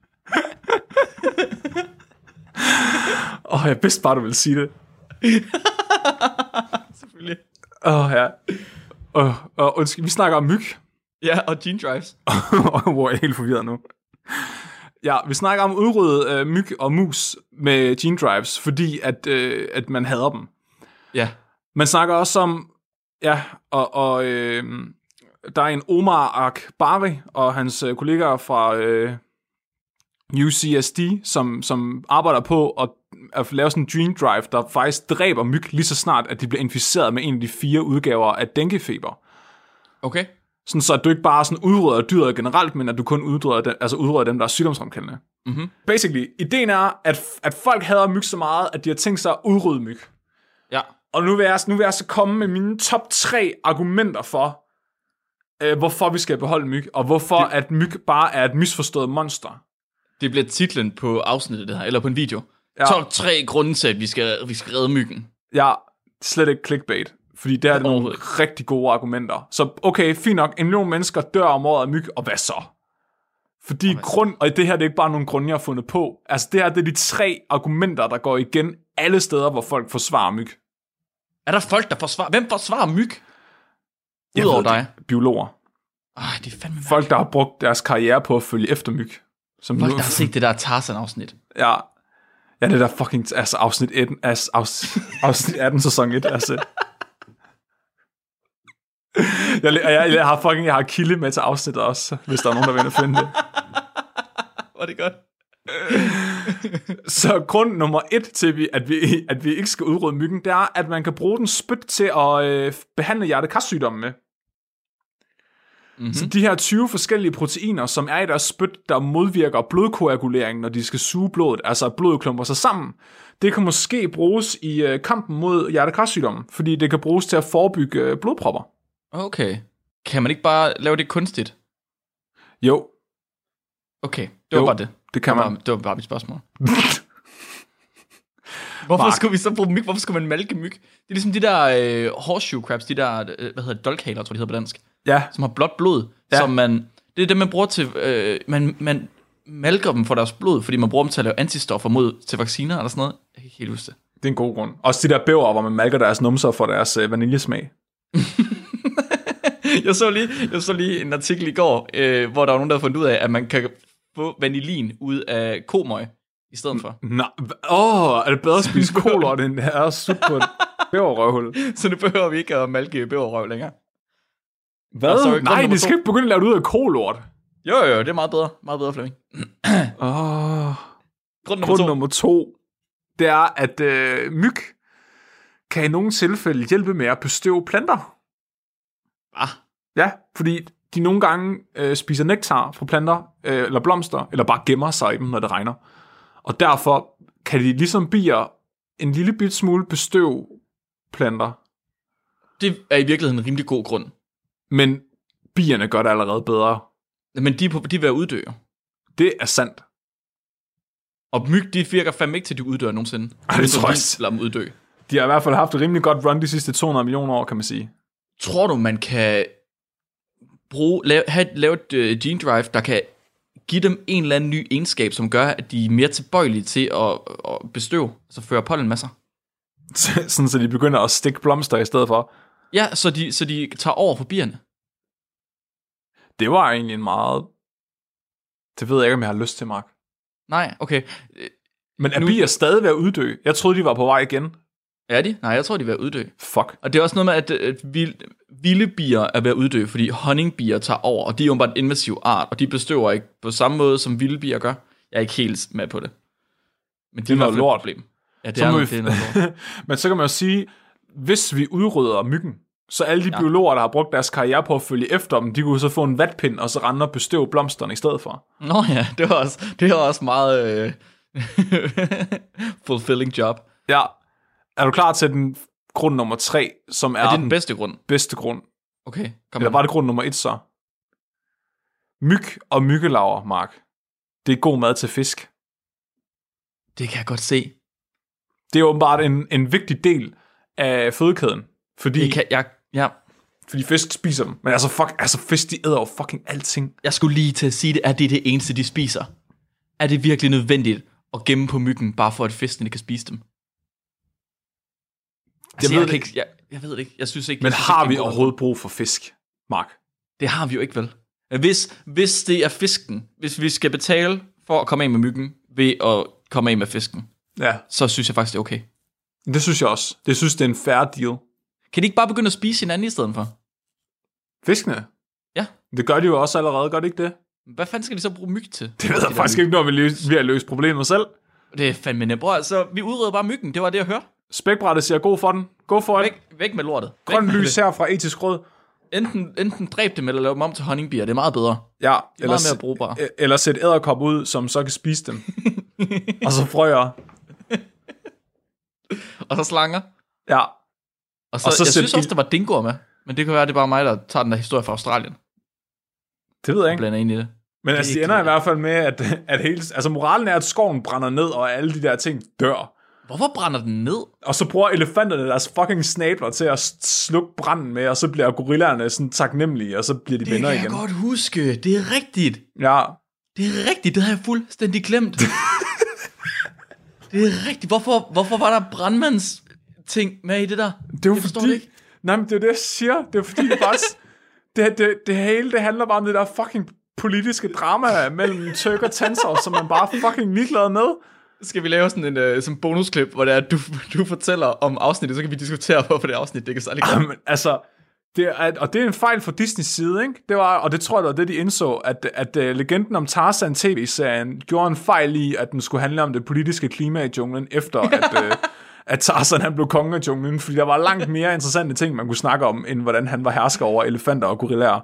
[SPEAKER 2] Åh, oh, jeg vidste bare, du ville sige det.
[SPEAKER 3] Selvfølgelig.
[SPEAKER 2] Åh, oh, ja. Åh, oh, oh, undskyld, vi snakker om myg.
[SPEAKER 3] Ja, og G-Drives.
[SPEAKER 2] Hvor jeg er helt forvirret nu. Ja, vi snakker om at udrydde øh, myg og mus med G-Drives, fordi at, øh, at man hader dem.
[SPEAKER 3] Ja.
[SPEAKER 2] Man snakker også om, ja, og, og øh, der er en Omar Akbari og hans øh, kollegaer fra øh, U C S D, som, som arbejder på at, at lave sådan en G-Drive, der faktisk dræber myg lige så snart, at de bliver inficeret med en af de fire udgaver af denguefeber.
[SPEAKER 3] Okay.
[SPEAKER 2] Sådan så at du ikke bare sådan udrydder dyret generelt, men at du kun udrydder dem, altså udrydder dem, der er sygdomsfremkaldende.
[SPEAKER 3] Mm-hmm.
[SPEAKER 2] Basically, ideen er, at, at folk hader myg så meget, at de har tænkt sig at udrydde myg.
[SPEAKER 3] Ja.
[SPEAKER 2] Og nu vil jeg, nu vil jeg så komme med mine top tre argumenter for, øh, hvorfor vi skal beholde myg, og hvorfor det, at myg bare er et misforstået monster.
[SPEAKER 3] Det bliver titlen på afsnittet, det her, eller på en video. Ja. Top tre grunde til, at vi skal, vi skal redde myggen.
[SPEAKER 2] Ja, slet ikke clickbait. Fordi der er det nogle rigtig gode argumenter. Så okay, fint nok, en million mennesker dør om året af myg, og hvad så? Fordi og grund, og det her det er ikke bare nogle grunde, jeg har fundet på. Altså det her, det er de tre argumenter, der går igen alle steder, hvor folk forsvarer myg.
[SPEAKER 3] Er der folk, der forsvarer? Hvem forsvarer myg? Udover dig?
[SPEAKER 2] Biologer.
[SPEAKER 3] Ej, det er fandme mærkeligt.
[SPEAKER 2] Folk, der har brugt deres karriere på at følge efter myg.
[SPEAKER 3] Som folk, nu... der har set det der Tarzan-afsnit.
[SPEAKER 2] Ja, ja, det der fucking, altså afsnit atten, altså, afsnit, afsnit atten, sæson et, altså. Jeg, jeg, jeg har fucking, jeg har kilde med til afsnittet også, hvis der er nogen, der vil finde det.
[SPEAKER 3] Var det godt?
[SPEAKER 2] Så grund nummer et til, at vi, at vi ikke skal udrydde myggen, det er, at man kan bruge den spyt til at øh, behandle hjerte-karsygdomme med. Mm-hmm. Så de her tyve forskellige proteiner, som er i deres spyt, der modvirker blodkoagulering, når de skal suge blodet, altså at blodet klumper sig sammen, det kan måske bruges i øh, kampen mod hjerte-karsygdomme, fordi det kan bruges til at forebygge øh, blodpropper.
[SPEAKER 3] Okay. Kan man ikke bare lave det kunstigt?
[SPEAKER 2] Jo.
[SPEAKER 3] Okay, det var
[SPEAKER 2] jo,
[SPEAKER 3] bare det.
[SPEAKER 2] Det kan
[SPEAKER 3] det var,
[SPEAKER 2] man.
[SPEAKER 3] Det var bare mit spørgsmål. Hvorfor Mark. skulle vi så bruge myg? Hvorfor skulle man malke myg? Det er ligesom de der øh, horseshoe crabs, de der, øh, hvad hedder det, dolkhaler, tror jeg, de hedder på dansk.
[SPEAKER 2] Ja. Som
[SPEAKER 3] har blåt blod, ja. Som man, det er det, man bruger til, øh, man, man malker dem for deres blod, fordi man bruger dem til at lave antistoffer mod, til vacciner eller sådan noget. Jeg kan ikke helt huske det.
[SPEAKER 2] Det er en god grund. Også de der bæver, hvor man malker deres numser for deres øh, vaniljesmag.
[SPEAKER 3] jeg, så lige, jeg så lige en artikel i går, øh, hvor der var nogen, der havde fundet ud af, at man kan få vanilin ud af komøg i stedet for.
[SPEAKER 2] Nej, åh, oh, er det bedre at spise kolort, end det er at sutte på et bæverrøvhul?
[SPEAKER 3] Så nu behøver vi ikke at malke bæverrøv længere.
[SPEAKER 2] Hvad? Så, nej, de skal ikke begynde at lave det ud af kolort.
[SPEAKER 3] Jo, jo, det er meget bedre. Meget bedre, Flemming.
[SPEAKER 2] oh.
[SPEAKER 3] Grund nummer
[SPEAKER 2] Grund
[SPEAKER 3] to.
[SPEAKER 2] nummer to, det er, at øh, myg kan i nogle tilfælde hjælpe med at bestøve planter.
[SPEAKER 3] Ah.
[SPEAKER 2] Ja, fordi de nogle gange øh, spiser nektar fra planter, øh, eller blomster, eller bare gemmer sig i dem, når det regner. Og derfor kan de ligesom bier en lille bit smule bestøve planter.
[SPEAKER 3] Det er i virkeligheden en rimelig god grund.
[SPEAKER 2] Men bierne gør det allerede bedre.
[SPEAKER 3] Men de er, på, de er ved at uddø.
[SPEAKER 2] Det er sandt.
[SPEAKER 3] Og myg, de virker fandme ikke til, at de uddør nogensinde.
[SPEAKER 2] Ej, det tror jeg.
[SPEAKER 3] Lad dem uddø.
[SPEAKER 2] De har i hvert fald haft et rimelig godt run de sidste to hundrede millioner år, kan man sige.
[SPEAKER 3] Tror du, man kan bruge, lave, have, lave et uh, gene drive, der kan give dem en eller anden ny egenskab, som gør, at de er mere tilbøjelige til at, at bestøve, altså føre pollenmasser?
[SPEAKER 2] Sådan, så de begynder at stikke blomster i stedet for?
[SPEAKER 3] Ja, så de, så de tager over for bierne.
[SPEAKER 2] Det var egentlig en meget... Det ved jeg ikke, om jeg har lyst til, Mark.
[SPEAKER 3] Nej, okay.
[SPEAKER 2] Men er nu... bier stadig ved at uddø? Jeg troede, de var på vej igen.
[SPEAKER 3] Er de? Nej, jeg tror, de er ved at uddø.
[SPEAKER 2] Fuck.
[SPEAKER 3] Og det er også noget med, at, at vilde, vilde bier er ved at uddø, fordi honningbier tager over, og de er jo bare en invasiv art, og de bestøver ikke på samme måde, som vilde bier gør. Jeg er ikke helt med på det. Men de
[SPEAKER 2] det er noget lort.
[SPEAKER 3] Problem. Ja, det
[SPEAKER 2] så
[SPEAKER 3] er, noget,
[SPEAKER 2] vi...
[SPEAKER 3] det er noget lort.
[SPEAKER 2] Men så kan man jo sige, hvis vi udrydder myggen, så alle de ja. biologer, der har brugt deres karriere på at følge efter dem, de kunne så få en vatpind, og så rende og bestøve blomsterne i stedet for.
[SPEAKER 3] Nå ja, det var også, det var også meget øh, fulfilling job.
[SPEAKER 2] Ja. Er du klar til den grund nummer tre, som er,
[SPEAKER 3] er det den,
[SPEAKER 2] den
[SPEAKER 3] bedste grund?
[SPEAKER 2] Bedste grund.
[SPEAKER 3] Okay, kom
[SPEAKER 2] Eller var det grund nummer et så? Myg og myggelarver, Mark. Det er god mad til fisk.
[SPEAKER 3] Det kan jeg godt se.
[SPEAKER 2] Det er åbenbart en, en vigtig del af fødekæden. Fordi,
[SPEAKER 3] det kan, jeg, ja.
[SPEAKER 2] fordi fisk spiser dem. Men altså, fuck, altså fisk, de æder jo fucking alting.
[SPEAKER 3] Jeg skulle lige til at sige det. Er det det eneste, de spiser? Er det virkelig nødvendigt at gemme på myggen, bare for at fiskene kan spise dem? Altså, jeg, ved jeg, ikke, jeg, jeg ved det ikke. Jeg synes ikke.
[SPEAKER 2] Men
[SPEAKER 3] synes
[SPEAKER 2] har
[SPEAKER 3] ikke,
[SPEAKER 2] vi overhovedet brug for fisk, Mark?
[SPEAKER 3] Det har vi jo ikke, vel? Hvis, hvis det er fisken, hvis vi skal betale for at komme af med myggen, ved at komme af med fisken,
[SPEAKER 2] ja.
[SPEAKER 3] Så synes jeg faktisk, det er okay.
[SPEAKER 2] Det synes jeg også. Det synes, det er en fair deal.
[SPEAKER 3] Kan de ikke bare begynde at spise hinanden i stedet for?
[SPEAKER 2] Fiskene?
[SPEAKER 3] Ja.
[SPEAKER 2] Det gør de jo også allerede, gør det ikke det?
[SPEAKER 3] Hvad fanden skal de så bruge myg til?
[SPEAKER 2] Det ved jeg faktisk ikke, når vi, løs, vi har løst problemet selv.
[SPEAKER 3] Det er fandme nemt. Altså, vi udrydder bare myggen. Det var det, jeg hørte.
[SPEAKER 2] Spækbrættet siger god for den. Go for it.
[SPEAKER 3] Væk, væk med lortet.
[SPEAKER 2] Grøn lys her fra etisk råd.
[SPEAKER 3] Enten, enten dræb dem, eller lave dem om til honningbier. Det er meget bedre.
[SPEAKER 2] Ja,
[SPEAKER 3] det er
[SPEAKER 2] eller,
[SPEAKER 3] meget mere brugbart.
[SPEAKER 2] Eller sæt edderkop ud, som så kan spise dem. Og så frøer.
[SPEAKER 3] Og så slanger.
[SPEAKER 2] Ja.
[SPEAKER 3] Og så, og så jeg synes også, der var dingoer med. Men det kan være, det er bare mig, der tager den der historie fra Australien.
[SPEAKER 2] Det ved jeg ikke.
[SPEAKER 3] Blander ind i det.
[SPEAKER 2] Men altså, det ender i hvert fald med, at, at hele, altså moralen er, at skoven brænder ned, og alle de der ting dør.
[SPEAKER 3] Hvorfor brænder den ned?
[SPEAKER 2] Og så bruger elefanterne deres fucking snabler til at slukke branden med, og så bliver gorillaerne sådan taknemmelige, og så bliver de venner igen.
[SPEAKER 3] Det kan jeg godt huske. Det er rigtigt.
[SPEAKER 2] Ja.
[SPEAKER 3] Det er rigtigt, det har jeg fuldstændig glemt. Det er rigtigt. Hvorfor, hvorfor var der brandmands ting med i det der?
[SPEAKER 2] Det er jo fordi... Det ikke. Nej, men det er det, jeg siger. Det er fordi, det bare... det, det, det hele, det handler bare om det der fucking politiske drama mellem Turk og Tensor, som man bare fucking ligeglad med.
[SPEAKER 3] Skal vi lave sådan en uh, sådan bonusklip, hvor det er, at du, du fortæller om afsnittet, så kan vi diskutere, hvorfor det afsnit, det kan særlig godt.
[SPEAKER 2] Jamen, altså... Det er, og det er en fejl fra Disneys side, ikke? Det var, og det tror jeg, det var det, de indså, at, at uh, legenden om Tarzan tv-serien gjorde en fejl i, at den skulle handle om det politiske klima i junglen, efter at, uh, at Tarzan han blev konge af junglen, fordi der var langt mere interessante ting, man kunne snakke om, end hvordan han var hersker over elefanter og gorillaer.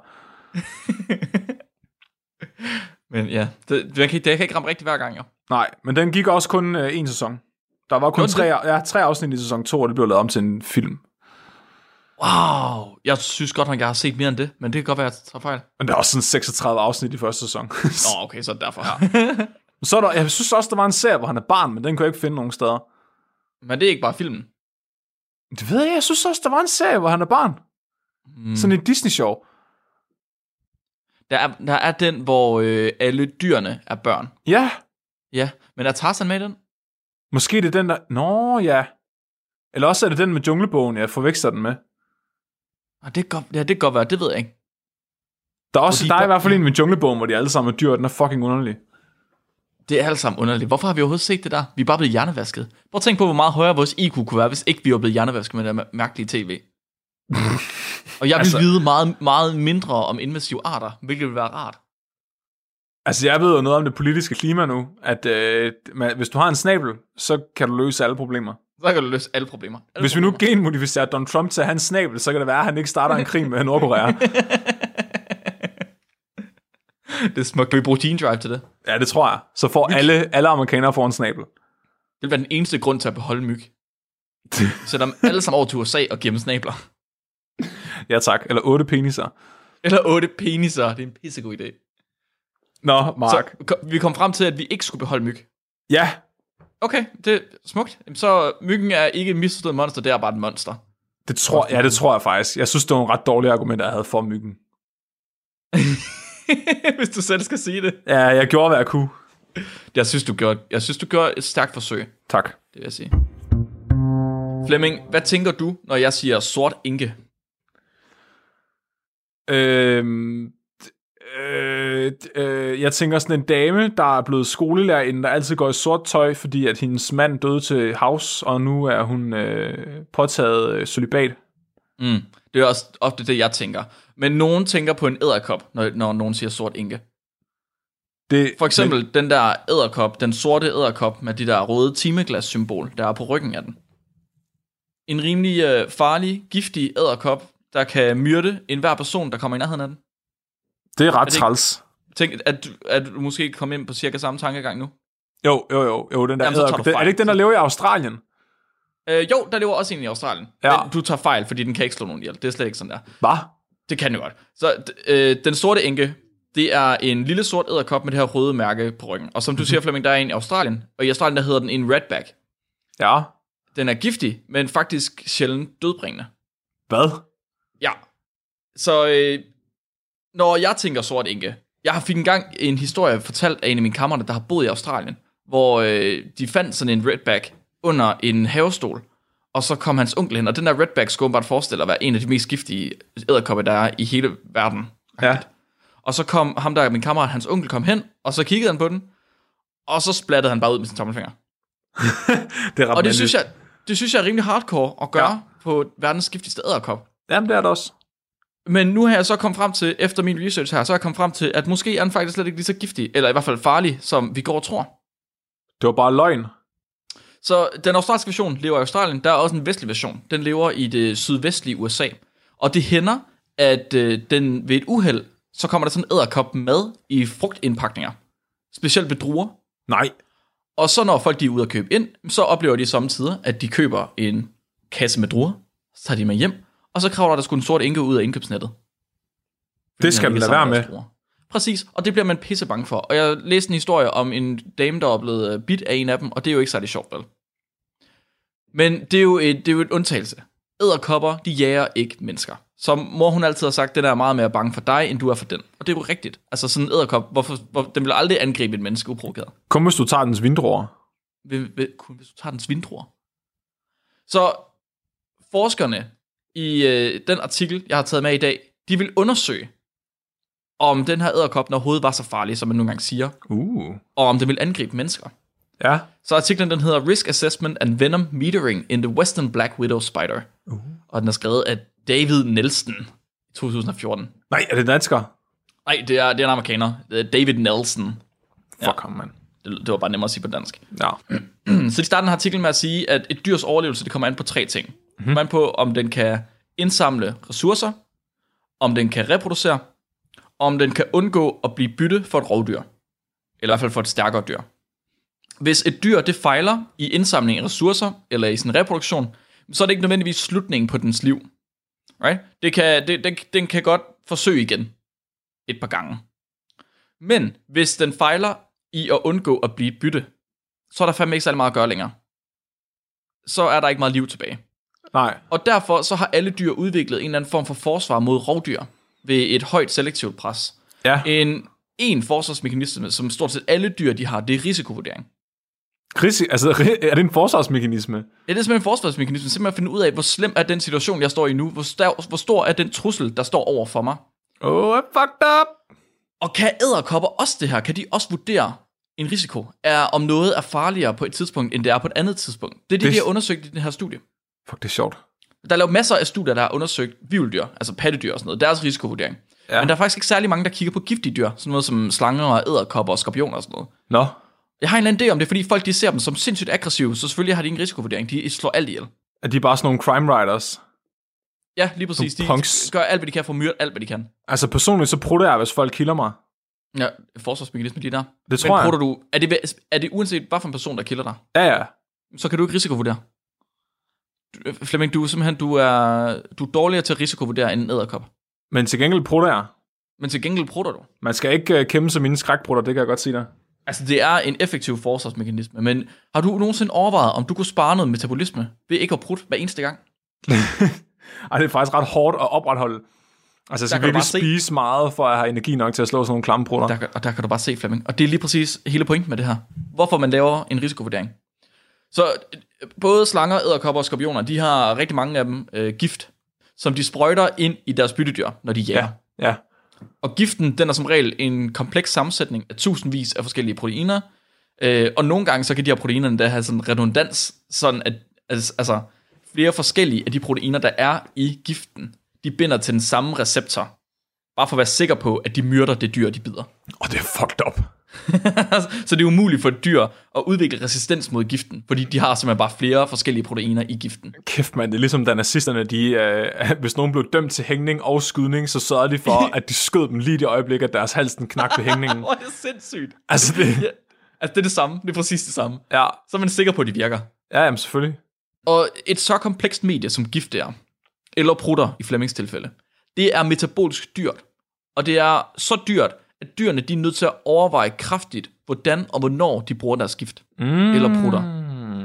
[SPEAKER 3] Men ja, det, det, kan, det kan ikke ramme rigtig hver gang, jo.
[SPEAKER 2] Nej, men den gik også kun uh, en sæson. Der var kun tre, ja, tre afsnit i sæson to, og det blev lavet om til en film.
[SPEAKER 3] Wow, jeg synes godt nok, jeg har set mere end det, men det kan godt være, at jeg tager fejl.
[SPEAKER 2] Men der er også sådan seksogtredive afsnit i første sæson.
[SPEAKER 3] Nå, okay, så derfor. Ja.
[SPEAKER 2] Så er der, jeg synes også, der var en serie, hvor han er barn, men den kunne jeg ikke finde nogen steder.
[SPEAKER 3] Men det er ikke bare filmen.
[SPEAKER 2] Det ved jeg, jeg synes også, der var en serie, hvor han er barn. Mm. Sådan et Disney-show.
[SPEAKER 3] Der er, der er den, hvor øh, alle dyrene er børn.
[SPEAKER 2] Ja.
[SPEAKER 3] Ja, men er Tarzan med i den?
[SPEAKER 2] Måske det er den, der... Nå, ja. Eller også er det den med Junglebogen, jeg forveksler den med.
[SPEAKER 3] Ah, det kan godt, ja, det kan godt være, det ved jeg ikke.
[SPEAKER 2] Der er, også, de der er i hvert fald en med Junglebogen, hvor de alle sammen er dyr, og den er fucking underlig.
[SPEAKER 3] Det er alle sammen underligt. Hvorfor har vi overhovedet set det der? Vi er bare blevet hjernevasket. Prøv at tænke på, hvor meget højere vores I Q kunne være, hvis ikke vi var blevet hjernevasket med det der mærkelige tv. Og jeg vil altså, vide meget, meget mindre om invasive arter, hvilket vil være rart.
[SPEAKER 2] Altså, jeg ved jo noget om det politiske klima nu, at øh, hvis du har en snabel, så kan du løse alle problemer.
[SPEAKER 3] Så kan du løse alle problemer. Alle
[SPEAKER 2] hvis
[SPEAKER 3] problemer.
[SPEAKER 2] vi nu genmodificerer Donald Trump til hans snabel, så kan det være, at han ikke starter en krig med Nordkorea.
[SPEAKER 3] Det er smukt. Kan vi bruge Gene Drive til det?
[SPEAKER 2] Ja, det tror jeg. Så får alle, alle amerikanere får en snabel.
[SPEAKER 3] Det vil være den eneste grund til at beholde myg. Sætter dem alle sammen over til U S A og gemme snabler.
[SPEAKER 2] Ja tak, eller otte peniser.
[SPEAKER 3] Eller otte peniser, det er en pissegod idé.
[SPEAKER 2] Nå, Mark.
[SPEAKER 3] Så vi kom frem til, at vi ikke skulle beholde myg.
[SPEAKER 2] Ja.
[SPEAKER 3] Okay, det er smukt. Så myggen er ikke et misforstået monster, det er bare et monster.
[SPEAKER 2] Det tror, ja, det tror jeg faktisk. Jeg synes, det var en ret dårlig argument, jeg havde for myggen.
[SPEAKER 3] Hvis du selv skal sige det.
[SPEAKER 2] Ja, jeg gjorde, hvad jeg kunne.
[SPEAKER 3] Jeg synes, du gjorde, jeg synes, du gjorde et stærkt forsøg.
[SPEAKER 2] Tak.
[SPEAKER 3] Det vil jeg sige. Flemming, hvad tænker du, når jeg siger sort inke?
[SPEAKER 2] Øhm, øh, øh, jeg tænker sådan en dame, der er blevet skolelærerinde, der altid går i sort tøj, fordi at hendes mand døde til havs, og nu er hun øh, påtaget øh, cølibat.
[SPEAKER 3] Mm, det er også ofte det, jeg tænker. Men nogen tænker på en edderkop, når, når nogen siger sort inke. Det, For eksempel men... den der edderkop, den sorte edderkop med de der røde timeglas-symbol, der er på ryggen af den. En rimelig øh, farlig, giftig edderkop, der kan myrde enhver person, der kommer i nærheden af den.
[SPEAKER 2] Det er ret er træls.
[SPEAKER 3] Tænk, at du, at du måske kommer ind på cirka samme tankegang nu.
[SPEAKER 2] Jo, jo, jo. jo den der Jamen, edderkop. Er det ikke den, der lever i Australien?
[SPEAKER 3] Øh, jo, der lever også en i Australien. Ja. Men du tager fejl, fordi den kan ikke slå nogen ihjel. Det er slet ikke sådan der.
[SPEAKER 2] Hvad?
[SPEAKER 3] Det kan jo godt. Så øh, den sorte enke, det er en lille sort edderkop med det her røde mærke på ryggen. Og som du siger, Flemming, der er en i Australien. Og i Australien, der hedder den en redback.
[SPEAKER 2] Ja.
[SPEAKER 3] Den er giftig, men faktisk sjældent dødbringende.
[SPEAKER 2] Hvad?
[SPEAKER 3] Ja. Så øh, når jeg tænker sort enke, jeg har fik engang en historie fortalt af en af mine kammerater, der har boet i Australien, hvor øh, de fandt sådan en redback under en havestol, og så kom hans onkel hen, og den der redback skulle bare forestille at være en af de mest giftige edderkopper, der er i hele verden.
[SPEAKER 2] Ja.
[SPEAKER 3] Og så kom ham der, min kammerat, hans onkel kom hen, og så kiggede han på den, og så splattede han bare ud med sin tommelfinger.
[SPEAKER 2] Det er
[SPEAKER 3] og det synes, jeg, det synes jeg er rimelig hardcore at gøre
[SPEAKER 2] ja.
[SPEAKER 3] på verdens giftigste edderkop.
[SPEAKER 2] Jamen, det er det også.
[SPEAKER 3] Men nu har jeg så kommet frem til, efter min research her, så har jeg kommet frem til, at måske er den faktisk slet ikke lige så giftig, eller i hvert fald farlig, som vi går og tror.
[SPEAKER 2] Det var bare løgn.
[SPEAKER 3] Så den australske version lever i Australien, der er også en vestlig version. Den lever i det sydvestlige U S A. Og det hænder, at øh, den ved et uheld, så kommer der sådan en edderkop med i frugtindpakninger. Specielt ved druer.
[SPEAKER 2] Nej.
[SPEAKER 3] Og så når folk de er ude at købe ind, så oplever de samtidig, at de køber en kasse med druer, så tager de med hjem, og så kravler der sgu en sort enke ud af indkøbsnettet.
[SPEAKER 2] Det skal den lade være med.
[SPEAKER 3] Druer. Præcis, og det bliver man pisse bange for. Og jeg læste en historie om en dame, der er blevet bidt af en af dem, og det er jo ikke særlig sjovt, vel? Men det er jo et, det er jo et undtagelse. Edderkopper, de jager ikke mennesker. Som mor hun altid har sagt, det der er meget mere bange for dig, end du er for den. Og det er jo rigtigt. Altså sådan en edderkop, hvorfor, hvor, den vil aldrig angribe et menneske uprovokeret.
[SPEAKER 2] Kom, hvis du tager dens vindruer.
[SPEAKER 3] Kun hvis du tager dens vindruer. Så forskerne i øh, den artikel, jeg har taget med i dag, de vil undersøge, om den her edderkop overhovedet var så farlig, som man nogle gange siger,
[SPEAKER 2] Uh.
[SPEAKER 3] og om den vil angribe mennesker.
[SPEAKER 2] Ja.
[SPEAKER 3] Så artiklen den hedder Risk Assessment and Venom Metering in the Western Black Widow Spider. Uh. Og den er skrevet af David Nelson i to tusind og fjorten.
[SPEAKER 2] Nej, er det dansker?
[SPEAKER 3] Nej, det er, det er en amerikaner. Det er David Nelson.
[SPEAKER 2] Fuck ja. ham, mand.
[SPEAKER 3] Det, det var bare nemmere at sige på dansk.
[SPEAKER 2] Ja.
[SPEAKER 3] Så de starter den her artikel med at sige, at et dyrs overlevelse, det kommer an på tre ting. Mm-hmm. Det kommer an på, om den kan indsamle ressourcer, om den kan reproducere, om den kan undgå at blive bytte for et rovdyr. Eller i hvert fald for et stærkere dyr. Hvis et dyr, det fejler i indsamling af ressourcer, eller i sin reproduktion, så er det ikke nødvendigvis slutningen på dens liv. Right? Det kan, det, den, den kan godt forsøge igen et par gange. Men hvis den fejler i at undgå at blive bytte, så er der fandme ikke særlig meget at gøre længere. Så er der ikke meget liv tilbage.
[SPEAKER 2] Nej.
[SPEAKER 3] Og derfor så har alle dyr udviklet en eller anden form for forsvar mod rovdyr ved et højt selektivt pres.
[SPEAKER 2] Ja.
[SPEAKER 3] En, en forsvarsmekanisme, som stort set alle dyr de har, det er risikovurdering.
[SPEAKER 2] Risi- altså, er det en forsvarsmekanisme?
[SPEAKER 3] Ja, det er simpelthen en forsvarsmekanisme, simpelthen at finde ud af, hvor slem er den situation, jeg står i nu, hvor, sta- hvor stor er den trussel, der står over for mig.
[SPEAKER 2] Oh, I fucked up!
[SPEAKER 3] Og kan edderkopper også det her? Kan de også vurdere en risiko? Er, om noget er farligere på et tidspunkt, end det er på et andet tidspunkt? Det er det, det... de har undersøgt i den her studie.
[SPEAKER 2] Fuck, det er sjovt.
[SPEAKER 3] Der er lavet masser af studier, der har undersøgt hvirveldyr, altså pattedyr og sådan noget, deres risikovurdering. Ja. Men der er faktisk ikke særlig mange, der kigger på giftige dyr, sådan noget som slanger og edderkopper og skorpioner og sådan noget.
[SPEAKER 2] Nå.
[SPEAKER 3] Jeg har en eller anden idé om det, fordi folk de ser dem som sindssygt aggressive, så selvfølgelig har de en risikovurdering. De slår alt ihjel.
[SPEAKER 2] Er de bare sådan nogle crime writers?
[SPEAKER 3] Ja, lige præcis. De punks. Gør alt, hvad de kan for at myrde alt, hvad de kan.
[SPEAKER 2] Altså personligt, så prutter jeg, hvis folk kilder mig.
[SPEAKER 3] Ja, forsvarsmekanisme lige der.
[SPEAKER 2] Det tror
[SPEAKER 3] Men
[SPEAKER 2] jeg.
[SPEAKER 3] Du, er, det, er det uanset, hvad for en person, der kilder dig?
[SPEAKER 2] Ja, ja.
[SPEAKER 3] Så kan du ikke risikovurdere. Flemming, du er simpelthen du er, du er dårligere til at risikovurdere end en edderkop.
[SPEAKER 2] Men til gengæld prutter jeg.
[SPEAKER 3] Men til gengæld prutter du.
[SPEAKER 2] Man skal ikke uh, kæmpe sig mine skrækprutter, det kan jeg godt sige dig. Altså,
[SPEAKER 3] det er en effektiv forsvarsmekanisme, men har du nogensinde overvejet, om du kunne spare noget metabolisme ved ikke at prutte hver eneste gang?
[SPEAKER 2] Ej, det er faktisk ret hårdt at opretholde. Altså, jeg skal virkelig spise se. meget, for at have energi nok til at slå sådan nogle klamme
[SPEAKER 3] der, Og der kan du bare se, Flemming. Og det er lige præcis hele pointen med det her. Hvorfor man laver en risikovurdering. Så både slanger, edderkopper og skorpioner, de har rigtig mange af dem øh, gift, som de sprøjter ind i deres byttedyr, når de jager.
[SPEAKER 2] Ja, ja. Og
[SPEAKER 3] giften, den er som regel en kompleks sammensætning af tusindvis af forskellige proteiner. Øh, og nogle gange, så kan de her proteiner der have sådan redundans, sådan at altså, flere forskellige af de proteiner, der er i giften, de binder til den samme receptor. Bare for at være sikker på, at de myrder det dyr, de bider.
[SPEAKER 2] Åh, oh, det er fucked up.
[SPEAKER 3] Så det er umuligt for et dyr at udvikle resistens mod giften, fordi de har simpelthen bare flere forskellige proteiner i giften.
[SPEAKER 2] Kæft mand, det er ligesom da nazisterne, de, øh, hvis nogen blev dømt til hængning og skydning, så sørgede de for, at de skød dem lige i det øjeblik, at deres hals den knak ved hængningen.
[SPEAKER 3] Åh, det er sindssygt.
[SPEAKER 2] Altså det...
[SPEAKER 3] Ja, altså det er det samme, det er præcis det samme.
[SPEAKER 2] Ja.
[SPEAKER 3] Så er man sikker på, at de virker.
[SPEAKER 2] Ja, jamen selvfølgelig.
[SPEAKER 3] Og et så komplekst medie som gift er, eller prutter i Flemmings tilfælde, det er metabolisk dyrt. Og det er så dyrt, at dyrene de er nødt til at overveje kraftigt, hvordan og hvornår de bruger deres gift. Mm. Eller prutter.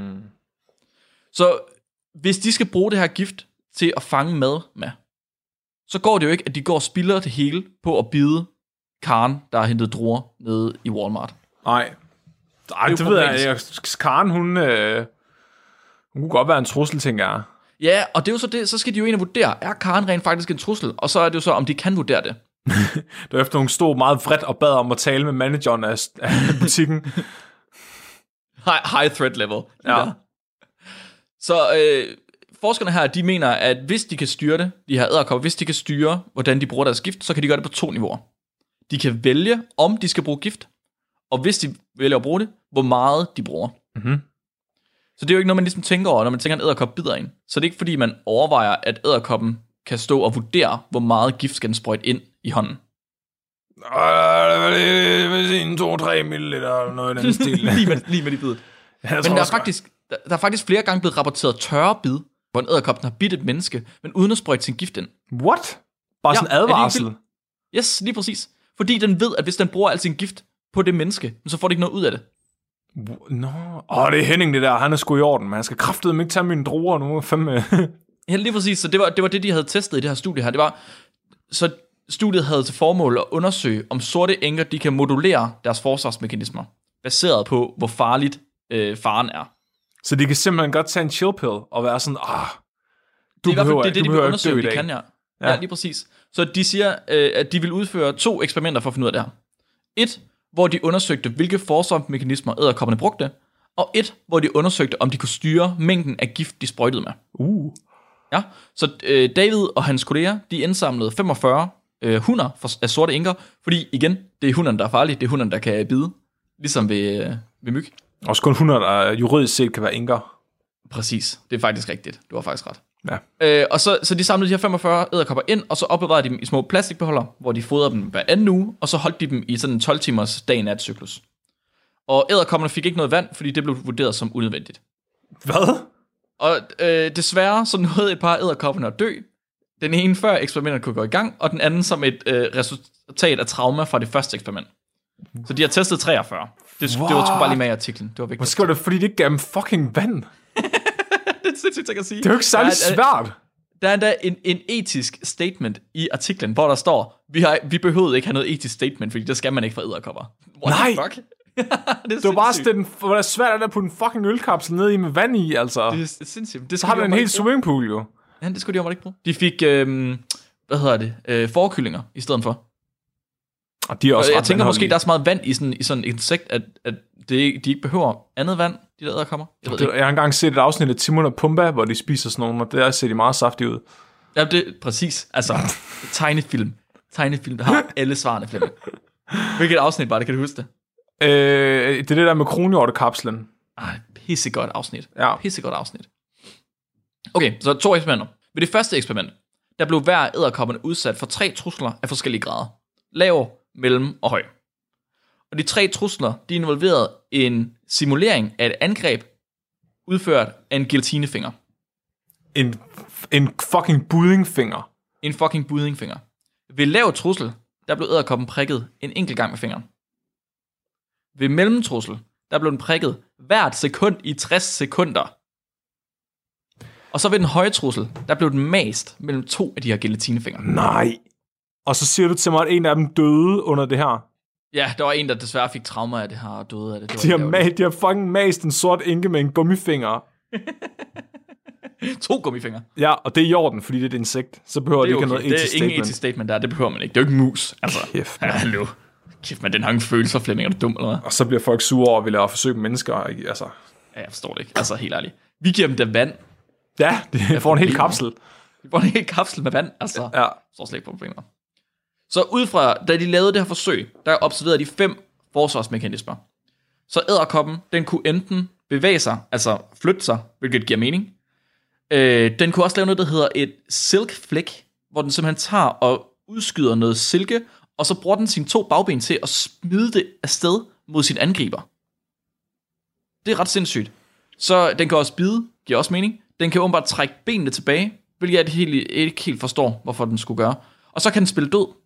[SPEAKER 3] Så hvis de skal bruge det her gift til at fange mad med, så går det jo ikke, at de går og spilder det hele på at bide Karen, der har hentet druer nede i Walmart.
[SPEAKER 2] Nej. Ej, det, det ved jeg. jeg Karen, hun, øh, hun kunne godt være en trussel, tænker jeg.
[SPEAKER 3] Ja, og det er jo så det, så skal de jo ind og vurdere, er Karen rent faktisk en trussel? Og så er det jo så, om de kan vurdere det.
[SPEAKER 2] Det var efter, hun stod meget vredt og bad om at tale med manageren af, af butikken.
[SPEAKER 3] High, high threat level.
[SPEAKER 2] Ja.
[SPEAKER 3] Der. Så øh, forskerne her, de mener, at hvis de kan styre det, de her edderkopper, hvis de kan styre, hvordan de bruger deres gift, så kan de gøre det på to niveauer. De kan vælge, om de skal bruge gift, og hvis de vælger at bruge det, hvor meget de bruger.
[SPEAKER 2] Mm-hmm.
[SPEAKER 3] Så det er jo ikke noget, man ligesom tænker over, når man tænker, at en edderkop bider en. Så det er ikke fordi, man overvejer, at edderkoppen kan stå og vurdere, hvor meget gift skal den sprøjte ind i hånden.
[SPEAKER 2] En, to, tre milliliter eller noget i den stil.
[SPEAKER 3] lige, med, lige med de bid. Men der er, faktisk, der, der er faktisk flere gange blevet rapporteret tørre bid, hvor en edderkop har bidt et menneske, men uden at sprøjte sin gift ind.
[SPEAKER 2] What? Bare ja, sådan en advarsel?
[SPEAKER 3] Yes, lige præcis. Fordi den ved, at hvis den bruger al sin gift på det menneske, så får det ikke noget ud af det.
[SPEAKER 2] Nå, åh, det er Henning det der, han er sgu i orden, men han skal kraftedeme ikke tage mine druer nu, fandme.
[SPEAKER 3] Ja, lige præcis, så det var, det var det, de havde testet i det her studie her. Det var, så studiet havde til formål at undersøge, om sorte enker, de kan modulere deres forsvarsmekanismer, baseret på, hvor farligt øh, faren er.
[SPEAKER 2] Så de kan simpelthen godt tage en chill pill og være sådan, ah, du
[SPEAKER 3] det er
[SPEAKER 2] behøver,
[SPEAKER 3] det, det,
[SPEAKER 2] du
[SPEAKER 3] de
[SPEAKER 2] behøver
[SPEAKER 3] vil
[SPEAKER 2] ikke dø i
[SPEAKER 3] de
[SPEAKER 2] dag.
[SPEAKER 3] kan, ja. Ja. ja, lige præcis. Så de siger, øh, at de vil udføre to eksperimenter for at finde ud af det her. Et, hvor de undersøgte, hvilke forsvarsmekanismer edderkopperne brugte, og et, hvor de undersøgte, om de kunne styre mængden af gift, de sprøjtede med.
[SPEAKER 2] Uh.
[SPEAKER 3] Ja, så øh, David og hans kolleger, de indsamlede femogfyrre øh, hunder for, af sorte enker, fordi igen, det er hunderne, der er farlige, det er hunderne, der kan bide, ligesom ved, øh, ved myg.
[SPEAKER 2] Også kun hundrede, der juridisk set kan være enker.
[SPEAKER 3] Præcis, det er faktisk rigtigt, du har faktisk ret.
[SPEAKER 2] Ja.
[SPEAKER 3] Øh, og så, så de samlede de her femogfyrre edderkopper ind, og så opbevarede de dem i små plastikbeholder, hvor de fodrede dem hver anden uge, og så holdt de dem i sådan en tolv timers dag-nat cyklus. Og edderkopperne fik ikke noget vand, fordi det blev vurderet som unødvendigt.
[SPEAKER 2] Hvad?
[SPEAKER 3] Og øh, desværre så nåede et par edderkopperne at dø. Den ene før eksperimentet kunne gå i gang, og den anden som et øh, resultat af trauma fra det første eksperiment. Så de har testet treogfyrre. Det, det var sgu bare lige med i artiklen. Det var vigtigt.
[SPEAKER 2] Måske var det, fordi de ikke gav dem fucking vand.
[SPEAKER 3] Det er sindssygt, jeg kan sige.
[SPEAKER 2] Det er jo ikke særlig
[SPEAKER 3] der er,
[SPEAKER 2] svært.
[SPEAKER 3] Der er endda en, en etisk statement i artiklen, hvor der står, vi, har, vi behøvede ikke have noget etisk statement, fordi det skal man ikke for edderkopper. What
[SPEAKER 2] Nej.
[SPEAKER 3] the fuck? det, er
[SPEAKER 2] det var bare sådan, hvor det er svært at putte en fucking ølkapsel ned i med vand i, altså.
[SPEAKER 3] Det er sindssygt. Det
[SPEAKER 2] så har du en helt swimmingpool, jo.
[SPEAKER 3] Ja, det skulle de jo ikke bruge. De fik, øh, hvad hedder det, øh, forkyllinger i stedet for.
[SPEAKER 2] Og de er også
[SPEAKER 3] og jeg tænker måske,
[SPEAKER 2] vandholdige.
[SPEAKER 3] der er så meget vand i sådan, i sådan et insekt, at, at det, de ikke behøver andet vand, de der edderkopper. Jeg, ved
[SPEAKER 2] det,
[SPEAKER 3] ikke.
[SPEAKER 2] jeg har engang set et afsnit af Timon og Pumba, hvor de spiser sådan nogle, og der ser de meget saftige ud.
[SPEAKER 3] Ja, det er præcis. Altså, tegnefilm. Tegnefilm, der har alle svarene, Flemming. Hvilket afsnit var det, kan du huske det?
[SPEAKER 2] Øh, det er det der med kronhjortekapslen.
[SPEAKER 3] Ej, pissegodt afsnit.
[SPEAKER 2] Ja.
[SPEAKER 3] Pissegodt afsnit. Okay, så to eksperimenter. Ved det første eksperiment, der blev hver edderkopperne udsat for tre trusler af forskellige grader. Lav, mellem og høj. Og de tre trusler, de involverede en simulering af et angreb, udført af en guillotinefinger.
[SPEAKER 2] En, en fucking buddingfinger.
[SPEAKER 3] En fucking buddingfinger. Ved lav trussel, der blev edderkoppen prikket en enkelt gang med fingeren. Ved mellemtrussel, der blev den prikket hvert sekund i tres sekunder. Og så ved den høje trussel, der blev den mast mellem to af de her guillotinefingre.
[SPEAKER 2] Nej. Og så siger du til mig, at en af dem døde under det her.
[SPEAKER 3] Ja, der var en, der desværre fik traumer af det her og døde af det. det
[SPEAKER 2] de, har ma- de har fucking mast en sort enke med en gummifinger.
[SPEAKER 3] To gummifingre.
[SPEAKER 2] Ja, og det er i orden, fordi det er et insekt. Så behøver det, det ikke okay. noget etisk statement.
[SPEAKER 3] Det er ingen etisk statement der, det behøver man ikke. Det er jo ikke mus. Altså,
[SPEAKER 2] kæft,
[SPEAKER 3] ja, hallo. Kæft, man, den har ingen følelser, Flemming, er du dum eller hvad?
[SPEAKER 2] Og så bliver folk sure over, at vi laver forsøg med mennesker. Altså.
[SPEAKER 3] Ja, jeg forstår det ikke. Altså, helt ærligt. Vi giver dem da vand.
[SPEAKER 2] Ja, de får en hel kapsel.
[SPEAKER 3] De får en hel kapsel med vand, altså.
[SPEAKER 2] Ja.
[SPEAKER 3] Så slet ikke på problemer. Så ud fra, da de lavede det her forsøg, der observerede de fem forsvarsmekanismer. Så edderkoppen, den kunne enten bevæge sig, altså flytte sig, hvilket giver mening. Øh, den kunne også lave noget, der hedder et silk flick, hvor den simpelthen tager og udskyder noget silke, og så bruger den sine to bagben til at smide det afsted mod sin angriber. Det er ret sindssygt. Så den kan også bide, giver også mening. Den kan åbenbart trække benene tilbage, hvilket jeg helt, ikke helt forstår, hvorfor den skulle gøre. Og så kan den spille død.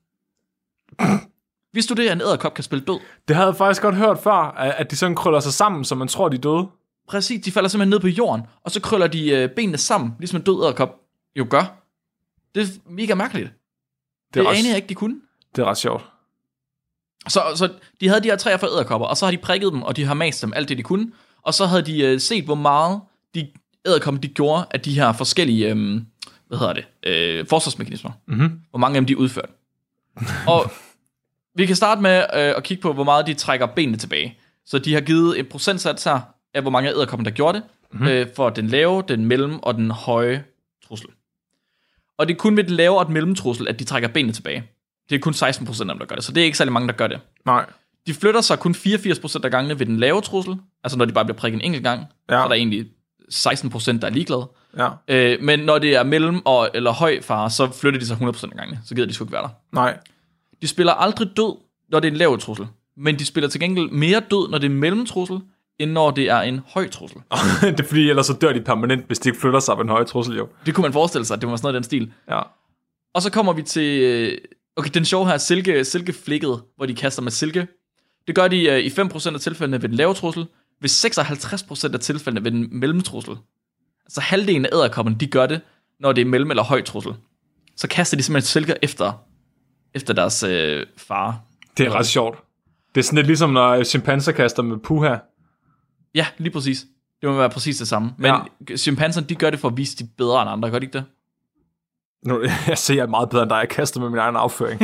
[SPEAKER 3] Vidste du det, at en edderkop kan spille død?
[SPEAKER 2] Det havde jeg faktisk godt hørt før, at de sådan krøller sig sammen, så man tror, de er døde.
[SPEAKER 3] Præcis, de falder simpelthen ned på jorden, og så krøller de øh, benene sammen, ligesom en død edderkop jo gør. Det er mega mærkeligt. Det, det anede jeg ikke, de kunne.
[SPEAKER 2] Det er ret sjovt.
[SPEAKER 3] Så, så de havde de her treogfyrre edderkopper, og så har de prikket dem, og de har mast dem alt det, de kunne. Og så havde de øh, set, hvor meget de edderkopper, de gjorde af de her forskellige, øh, hvad hedder det, øh, forsvarsmekanismer.
[SPEAKER 2] Mm-hmm.
[SPEAKER 3] Hvor mange af dem de udførte. Og vi kan starte med øh, at kigge på, hvor meget de trækker benene tilbage. Så de har givet en procentsats her, af hvor mange edderkopper, der gjorde det, mm-hmm. øh, for den lave, den mellem og den høje trussel. Og det er kun ved den lave og den mellem trussel, at de trækker benene tilbage. Det er kun seksten procent af dem, der gør det, så det er ikke særlig mange, der gør det.
[SPEAKER 2] Nej.
[SPEAKER 3] De flytter sig kun fireogfirs procent af gangene ved den lave trussel, altså når de bare bliver prikket en enkelt gang, ja. Så er der egentlig seksten procent, der er ligeglade.
[SPEAKER 2] Ja.
[SPEAKER 3] Øh, men når det er mellem og, eller høj fare, så flytter de sig hundrede procent af gangene, så gider de sgu ikke være der.
[SPEAKER 2] Nej.
[SPEAKER 3] De spiller aldrig død, når det er en lav trussel, men de spiller til gengæld mere død, når det er en mellemtrussel, end når det er en høj trussel.
[SPEAKER 2] Det er fordi, ellers så dør de permanent, hvis de ikke flytter sig på en høj trussel, jo.
[SPEAKER 3] Det kunne man forestille sig, at det var sådan noget af den stil.
[SPEAKER 2] Ja.
[SPEAKER 3] Og så kommer vi til... Okay, den sjove her er silke, silkeflikket, hvor de kaster med silke. Det gør de uh, i fem procent af tilfældene ved den lave trussel, ved seksoghalvtreds procent af tilfældene ved den mellemtrussel. Altså halvdelen af edderkopperne, de gør det, når det er mellem- eller høj trussel. Så kaster de simpelthen silker efter, efter deres øh, far.
[SPEAKER 2] Det er ret sjovt. Det er sådan lidt ligesom, når chimpanser kaster med puha.
[SPEAKER 3] Ja, lige præcis. Det må være præcis det samme. Men ja. Chimpanserne, de gør det for at vise, de er bedre end andre. Gør de ikke det?
[SPEAKER 2] Nu, jeg ser, jeg er meget bedre end dig. Jeg kaster med min egen afføring.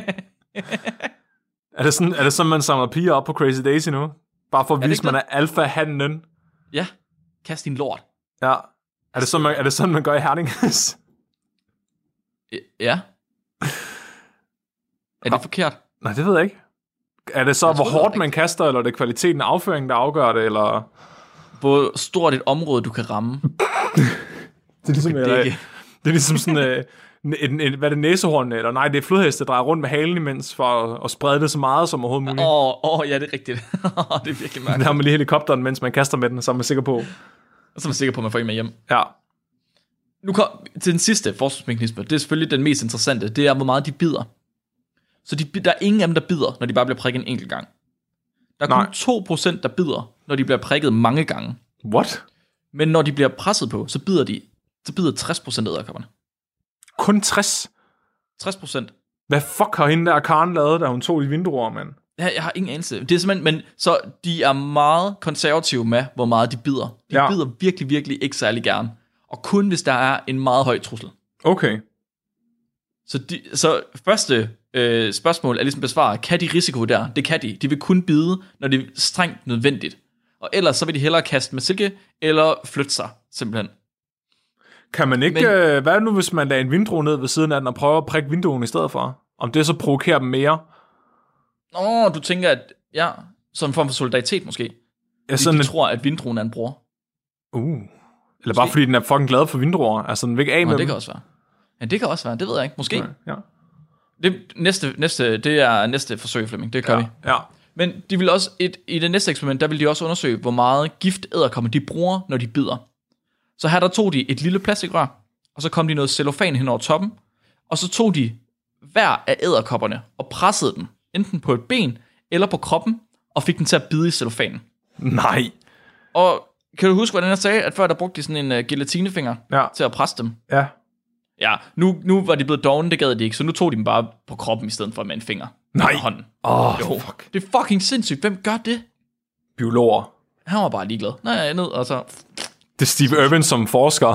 [SPEAKER 2] er, det sådan, er det sådan, man samler piger op på Crazy Daisy nu? Bare for at vise, man er alfa-hannen?
[SPEAKER 3] Ja. Kast din lort.
[SPEAKER 2] Ja. Er det sådan, man, er det sådan, man gør i Herning?
[SPEAKER 3] Ja. Er det forkert?
[SPEAKER 2] Nej, det ved jeg ikke. Er det så,
[SPEAKER 3] jeg
[SPEAKER 2] hvor
[SPEAKER 3] tror,
[SPEAKER 2] hårdt man kaster, eller er det kvaliteten af afføringen, der afgør det, eller...
[SPEAKER 3] Hvor stort et område, du kan ramme.
[SPEAKER 2] det er ligesom, det, er, det er ligesom sådan... Uh, en, en, hvad er det, næsehorn, eller nej, det er flodhest, der drejer rundt med halen imens, for at, at sprede det så meget som overhovedet muligt.
[SPEAKER 3] Åh, oh, oh, ja, det er rigtigt. det er virkelig mærkeligt.
[SPEAKER 2] Der har man lige helikopteren, mens man kaster med den, så er man sikker på.
[SPEAKER 3] Og så er man sikker på, at man får en med hjem.
[SPEAKER 2] Ja.
[SPEAKER 3] Nu kom til den sidste forsvarsmekanisme. Det er selvfølgelig den mest interessante. Det er, hvor meget de bider. Så de, der er ingen af dem, der bider, når de bare bliver prikket en enkelt gang. Der er kun Nej. to procent, der bider, når de bliver prikket mange gange.
[SPEAKER 2] What?
[SPEAKER 3] Men når de bliver presset på, så bider de, så bider tres procent af edderkopperne.
[SPEAKER 2] Kun tres?
[SPEAKER 3] tres procent.
[SPEAKER 2] Hvad fuck har hende der Karen lavet, da hun tog de vinduer, mand?
[SPEAKER 3] Ja, jeg har ingen anelse. Det er simpelthen, men så de er meget konservative med, hvor meget de bider. De ja. bider virkelig, virkelig ikke særlig gerne. Og kun hvis der er en meget høj trussel.
[SPEAKER 2] Okay.
[SPEAKER 3] Så, de, så første øh, spørgsmål er ligesom besvaret, kan de risiko der? Det kan de. De vil kun bide, når det er strengt nødvendigt. Og ellers så vil de hellere kaste med silke, eller flytte sig, simpelthen.
[SPEAKER 2] Kan man ikke, Men, øh, hvad nu hvis man lader en vindrue ned ved siden af den, og prøver at prikke vinduen i stedet for? Om det så provokerer dem mere?
[SPEAKER 3] Åh, du tænker, at ja, sådan en form for solidaritet måske. Ja, sådan de, de tror, at vindruen er en bror.
[SPEAKER 2] Uh, eller måske. Bare fordi den er fucking glad for vindruer. Altså den vil ikke af med
[SPEAKER 3] Nå, det
[SPEAKER 2] dem.
[SPEAKER 3] kan også være. Ja, det kan også være, det ved jeg ikke. Måske.
[SPEAKER 2] Okay, ja.
[SPEAKER 3] Det, næste, næste, det er næste forsøg, Flemming. Det gør
[SPEAKER 2] ja,
[SPEAKER 3] vi.
[SPEAKER 2] Ja.
[SPEAKER 3] Men de vil også, et, i det næste eksperiment, der vil de også undersøge, hvor meget gift edderkopper de bruger, når de bider. Så her der tog de et lille plastikrør, og så kom de noget cellofan hen over toppen, og så tog de hver af edderkopperne og pressede den, enten på et ben eller på kroppen, og fik den til at bide i cellofanen.
[SPEAKER 2] Nej.
[SPEAKER 3] Og kan du huske, hvordan jeg sagde, at før der brugte de sådan en uh, gelatinefinger
[SPEAKER 2] ja.
[SPEAKER 3] til at presse dem?
[SPEAKER 2] Ja.
[SPEAKER 3] Ja, nu, nu var de blevet dogne, det gad de ikke, så nu tog de dem bare på kroppen i stedet for med en finger.
[SPEAKER 2] Nej.
[SPEAKER 3] Hånden.
[SPEAKER 2] Åh, oh, fuck.
[SPEAKER 3] Det er fucking sindssygt. Hvem gør det?
[SPEAKER 2] Biologer.
[SPEAKER 3] Han var bare ligeglad. Nej, jeg er ned, og så...
[SPEAKER 2] Det er Steve Irwin som forsker.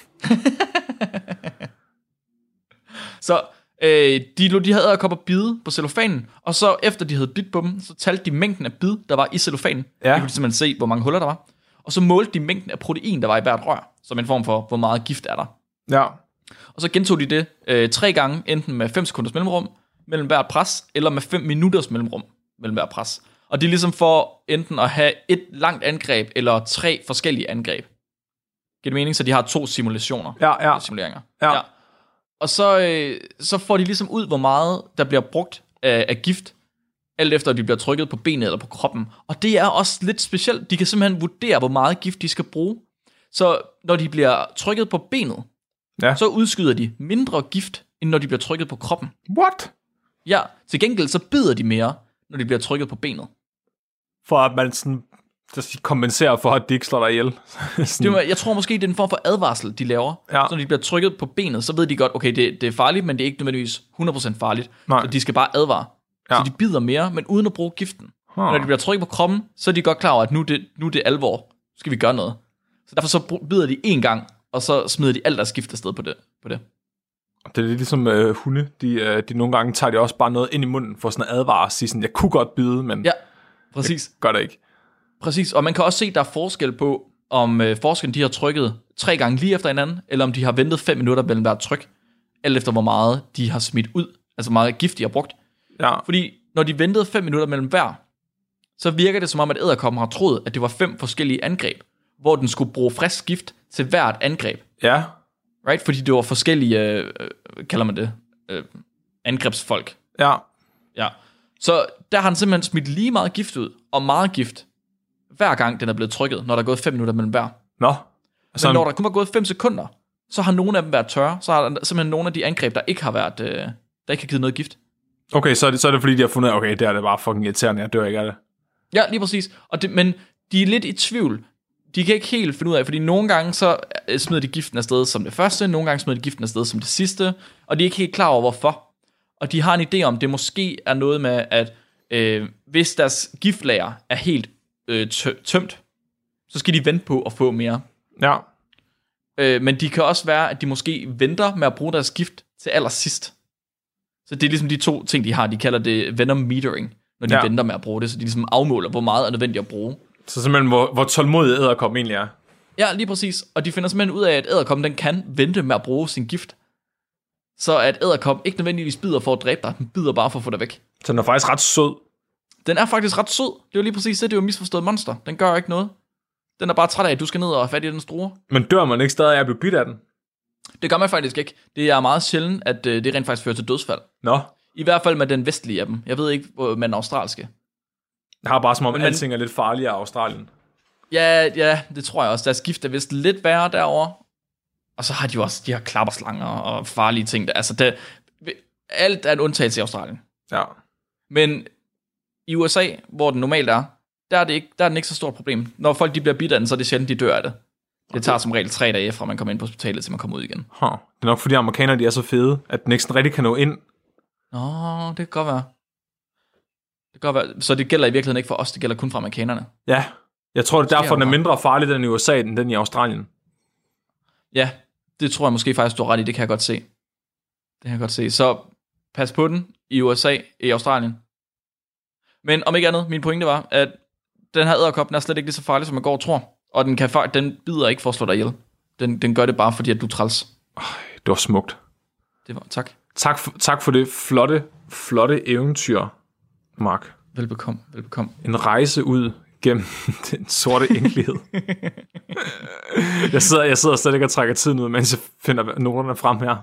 [SPEAKER 3] så øh, de lod de her edderkopper bide på cellofanen, og så efter de havde bidt på dem, så talte de mængden af bid, der var i cellofanen.
[SPEAKER 2] Ja.
[SPEAKER 3] De kunne simpelthen se, hvor mange huller der var. Og så målte de mængden af protein, der var i hvert rør, som en form for, hvor meget gift er der.
[SPEAKER 2] Ja.
[SPEAKER 3] Og så gentog de det øh, tre gange, enten med fem sekunders mellemrum mellem hvert pres, eller med fem minutters mellemrum mellem hvert pres. Og det er ligesom for enten at have et langt angreb, eller tre forskellige angreb. Giver det mening? Så de har to simulationer.
[SPEAKER 2] Ja, ja.
[SPEAKER 3] Simuleringer.
[SPEAKER 2] Ja.
[SPEAKER 3] ja. Og så, øh, så får de ligesom ud, hvor meget der bliver brugt af, af gift, alt efter at de bliver trykket på benet eller på kroppen. Og det er også lidt specielt. De kan simpelthen vurdere, hvor meget gift de skal bruge. Så når de bliver trykket på benet, ja. så udskyder de mindre gift, end når de bliver trykket på kroppen.
[SPEAKER 2] What?
[SPEAKER 3] Ja, til gengæld så bider de mere, når de bliver trykket på benet.
[SPEAKER 2] For at man sådan kompenserer for, at de ikke slår dig ihjel.
[SPEAKER 3] det, jeg tror måske, det er en form for advarsel, de laver. Ja. Så når de bliver trykket på benet, så ved de godt, okay, det, det er farligt, men det er ikke nødvendigvis hundrede procent farligt. Nej. Så de skal bare advare. Ja. Så de bider mere, men uden at bruge giften. Huh. Når de bliver trykket på kroppen, så er de godt klar over, at nu er det, nu er det alvor. Nu skal vi gøre noget. Så derfor så bider de én gang, og så smider de alt deres gift afsted på det. På det.
[SPEAKER 2] Det er lidt ligesom øh, hunde. De, øh, de nogle gange tager de også bare noget ind i munden for sådan at advare og sige sådan, jeg kunne godt bide, men
[SPEAKER 3] ja, præcis.
[SPEAKER 2] Jeg gør det ikke.
[SPEAKER 3] Præcis, og man kan også se, at der er forskel på, om øh, forskerne de har trykket tre gange lige efter hinanden, eller om de har ventet fem minutter mellem hver tryk, alt efter hvor meget de har smidt ud, altså hvor meget gift de har brugt.
[SPEAKER 2] Ja.
[SPEAKER 3] Fordi når de ventede fem minutter mellem hver, så virker det som om, at edderkoppen har troet, at det var fem forskellige angreb, hvor den skulle bruge frisk gift til hvert angreb.
[SPEAKER 2] Ja.
[SPEAKER 3] Right? Fordi det var forskellige, øh, øh, kalder man det, øh, angrebsfolk.
[SPEAKER 2] Ja.
[SPEAKER 3] Ja. Så der har han simpelthen smidt lige meget gift ud, og meget gift, hver gang den er blevet trykket, når der er gået fem minutter mellem hver.
[SPEAKER 2] Nå.
[SPEAKER 3] Altså, men når der kun var gået fem sekunder, så har nogle af dem været tørre, så har der simpelthen nogle af de angreb, der ikke har været, øh, der ikke har givet noget gift.
[SPEAKER 2] Okay, så er, det, så er det fordi, de har fundet, okay, det er det bare fucking irriterende, jeg dør ikke af det.
[SPEAKER 3] Ja, lige præcis. Og det, men de er lidt i tvivl. De kan ikke helt finde ud af, fordi nogle gange så smider de giften afsted som det første, nogle gange smider de giften afsted som det sidste, og de er ikke helt klar over, hvorfor. Og de har en idé om, det måske er noget med, at øh, hvis deres giftlager er helt øh, tø- tømt, så skal de vente på at få mere.
[SPEAKER 2] Ja.
[SPEAKER 3] Øh, men de kan også være, at de måske venter med at bruge deres gift til allersidst. Så det er ligesom de to ting, de har. De kalder det venom metering, når de ja. venter med at bruge det, så de ligesom afmåler, hvor meget er nødvendigt at bruge.
[SPEAKER 2] Så simpelthen, hvor, hvor tålmodig edderkoppen egentlig er.
[SPEAKER 3] Ja, lige præcis. Og de finder simpelthen ud af, at edderkoppen, den kan vente med at bruge sin gift. Så at edderkoppen ikke nødvendigvis bider for at dræbe dig, den bider bare for at få dig væk.
[SPEAKER 2] Så den er faktisk ret sød.
[SPEAKER 3] Den er faktisk ret sød. Det er jo lige præcis det, det er jo misforstået monster. Den gør ikke noget. Den er bare træt af, at du skal ned og have fat i den store.
[SPEAKER 2] Men dør man ikke stadig af at blive bidt af den?
[SPEAKER 3] Det gør man faktisk ikke. Det er meget sjældent, at øh, det rent faktisk fører til dødsfald.
[SPEAKER 2] Nå.
[SPEAKER 3] I hvert fald med den vestlige af dem. Jeg ved ikke, med den australske.
[SPEAKER 2] Jeg har bare som om,
[SPEAKER 3] Men,
[SPEAKER 2] alting er lidt farligere af Australien.
[SPEAKER 3] Ja, ja, det tror jeg også. Deres gift er vist lidt værre derovre. Og så har de jo også de her klapperslanger og farlige ting. Der. Altså, det, alt er en undtagelse i Australien.
[SPEAKER 2] Ja.
[SPEAKER 3] Men i U S A, hvor den normalt er, der er, det ikke, der er den ikke så stort problem. Når folk de bliver bidt af den, så er det sjældent, de dør af det. Det tager som regel tre dage fra, man kommer ind på hospitalet, til man kommer ud igen.
[SPEAKER 2] Huh. Det er nok fordi amerikanere, de er så fede, at den ikke sådan rigtig kan nå ind.
[SPEAKER 3] Nå, det kan godt være. Det kan godt være. Så det gælder i virkeligheden ikke for os, det gælder kun for amerikanerne.
[SPEAKER 2] Ja, jeg tror, det er derfor, den er mindre farlig den i U S A, end den i Australien.
[SPEAKER 3] Ja, det tror jeg måske faktisk, du har ret i. Det kan jeg godt se. Det kan jeg godt se. Så pas på den i U S A, i Australien. Men om ikke andet, min pointe var, at den her edderkop, den er slet ikke lige så farlig, som man går og tror. Og den, kan, den bider ikke for at slå dig ihjel. Den, den gør det bare, fordi at du er træls.
[SPEAKER 2] Øj, det var smukt.
[SPEAKER 3] Det var, tak.
[SPEAKER 2] Tak for, tak for det flotte, flotte eventyr, Mark.
[SPEAKER 3] Velbekomme, velbekomme.
[SPEAKER 2] En rejse ud gennem den sorte enkelighed. jeg, sidder, jeg sidder slet ikke og trækker tiden ud, mens jeg finder noterne frem her.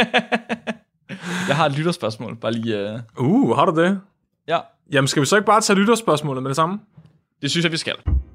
[SPEAKER 3] Jeg har et lytterspørgsmål, bare lige... Uh...
[SPEAKER 2] Uh, har du det?
[SPEAKER 3] Ja.
[SPEAKER 2] Jamen, skal vi så ikke bare tage lytterspørgsmålet med det samme?
[SPEAKER 3] Det synes jeg, vi skal.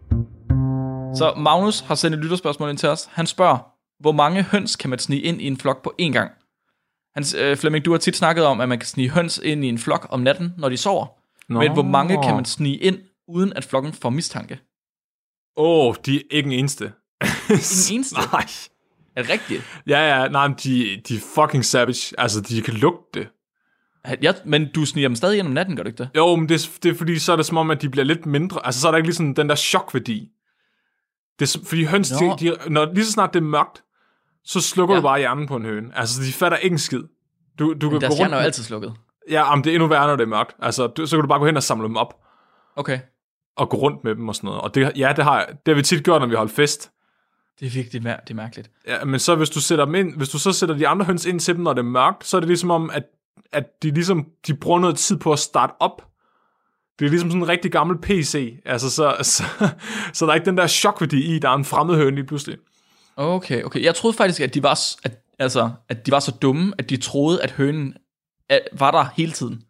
[SPEAKER 3] Så Magnus har sendt et lytterspørgsmål ind til os. Han spørger, hvor mange høns kan man snige ind i en flok på én gang? Hans, øh, Flemming, du har tit snakket om, at man kan snige høns ind i en flok om natten, når de sover. Nå. Men hvor mange kan man snige ind, uden at flokken får mistanke?
[SPEAKER 2] Åh, oh, de er ikke en eneste.
[SPEAKER 3] Ikke en eneste?
[SPEAKER 2] Nej.
[SPEAKER 3] Er det rigtigt?
[SPEAKER 2] Ja, ja, nej, de, de er fucking savage. Altså, de kan lugte det.
[SPEAKER 3] Ja, men du sniger dem stadig ind om natten, gør du ikke det?
[SPEAKER 2] Jo, men det, det er fordi, så er det som om, at de bliver lidt mindre. Altså, så er der ikke lige sådan den der chokværdi. Det er, fordi høns, de, de, når lige så snart det er mørkt, så slukker ja. du bare hjernen på en høne. Altså, de fatter ikke en skid. Du, du
[SPEAKER 3] men
[SPEAKER 2] kan
[SPEAKER 3] deres hjerne er jo
[SPEAKER 2] med...
[SPEAKER 3] altid slukket.
[SPEAKER 2] Ja, men det er endnu værre, når det er mørkt. Altså, du, så kan du bare gå hen og samle dem op.
[SPEAKER 3] Okay.
[SPEAKER 2] Og gå rundt med dem og sådan noget. Og det, ja, det har, det har vi tit gjort, når vi holder fest.
[SPEAKER 3] Det er virkelig det er mærkeligt.
[SPEAKER 2] Ja, men så hvis du sætter dem ind, hvis du så sætter de andre høns ind til dem, når det er mørkt, så er det ligesom om, at, at de ligesom, de bruger noget tid på at starte op. Det er ligesom sådan en rigtig gammel P C. Altså, så, så, så der er ikke den der chokværdi i, der er en fremmed høne lige pludselig.
[SPEAKER 3] Okay, okay. Jeg troede faktisk, at de var, at, altså, at de var så dumme, at de troede, at hønen at, var der hele tiden.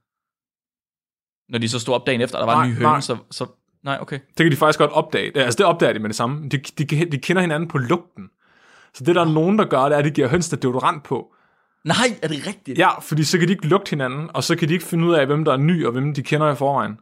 [SPEAKER 3] Når de så stod op dagen efter, der var nej, en ny høne, nej. så... så nej, okay.
[SPEAKER 2] Det kan de faktisk godt opdage. Altså, det opdager de med det samme. De, de, de kender hinanden på lugten. Så det, der er nogen, der gør, det er, at de giver hønsene deodorant på.
[SPEAKER 3] Nej, er det rigtigt?
[SPEAKER 2] Ja, fordi så kan de ikke lugte hinanden, og så kan de ikke finde ud af, hvem der er ny, og hvem de kender i forvejen.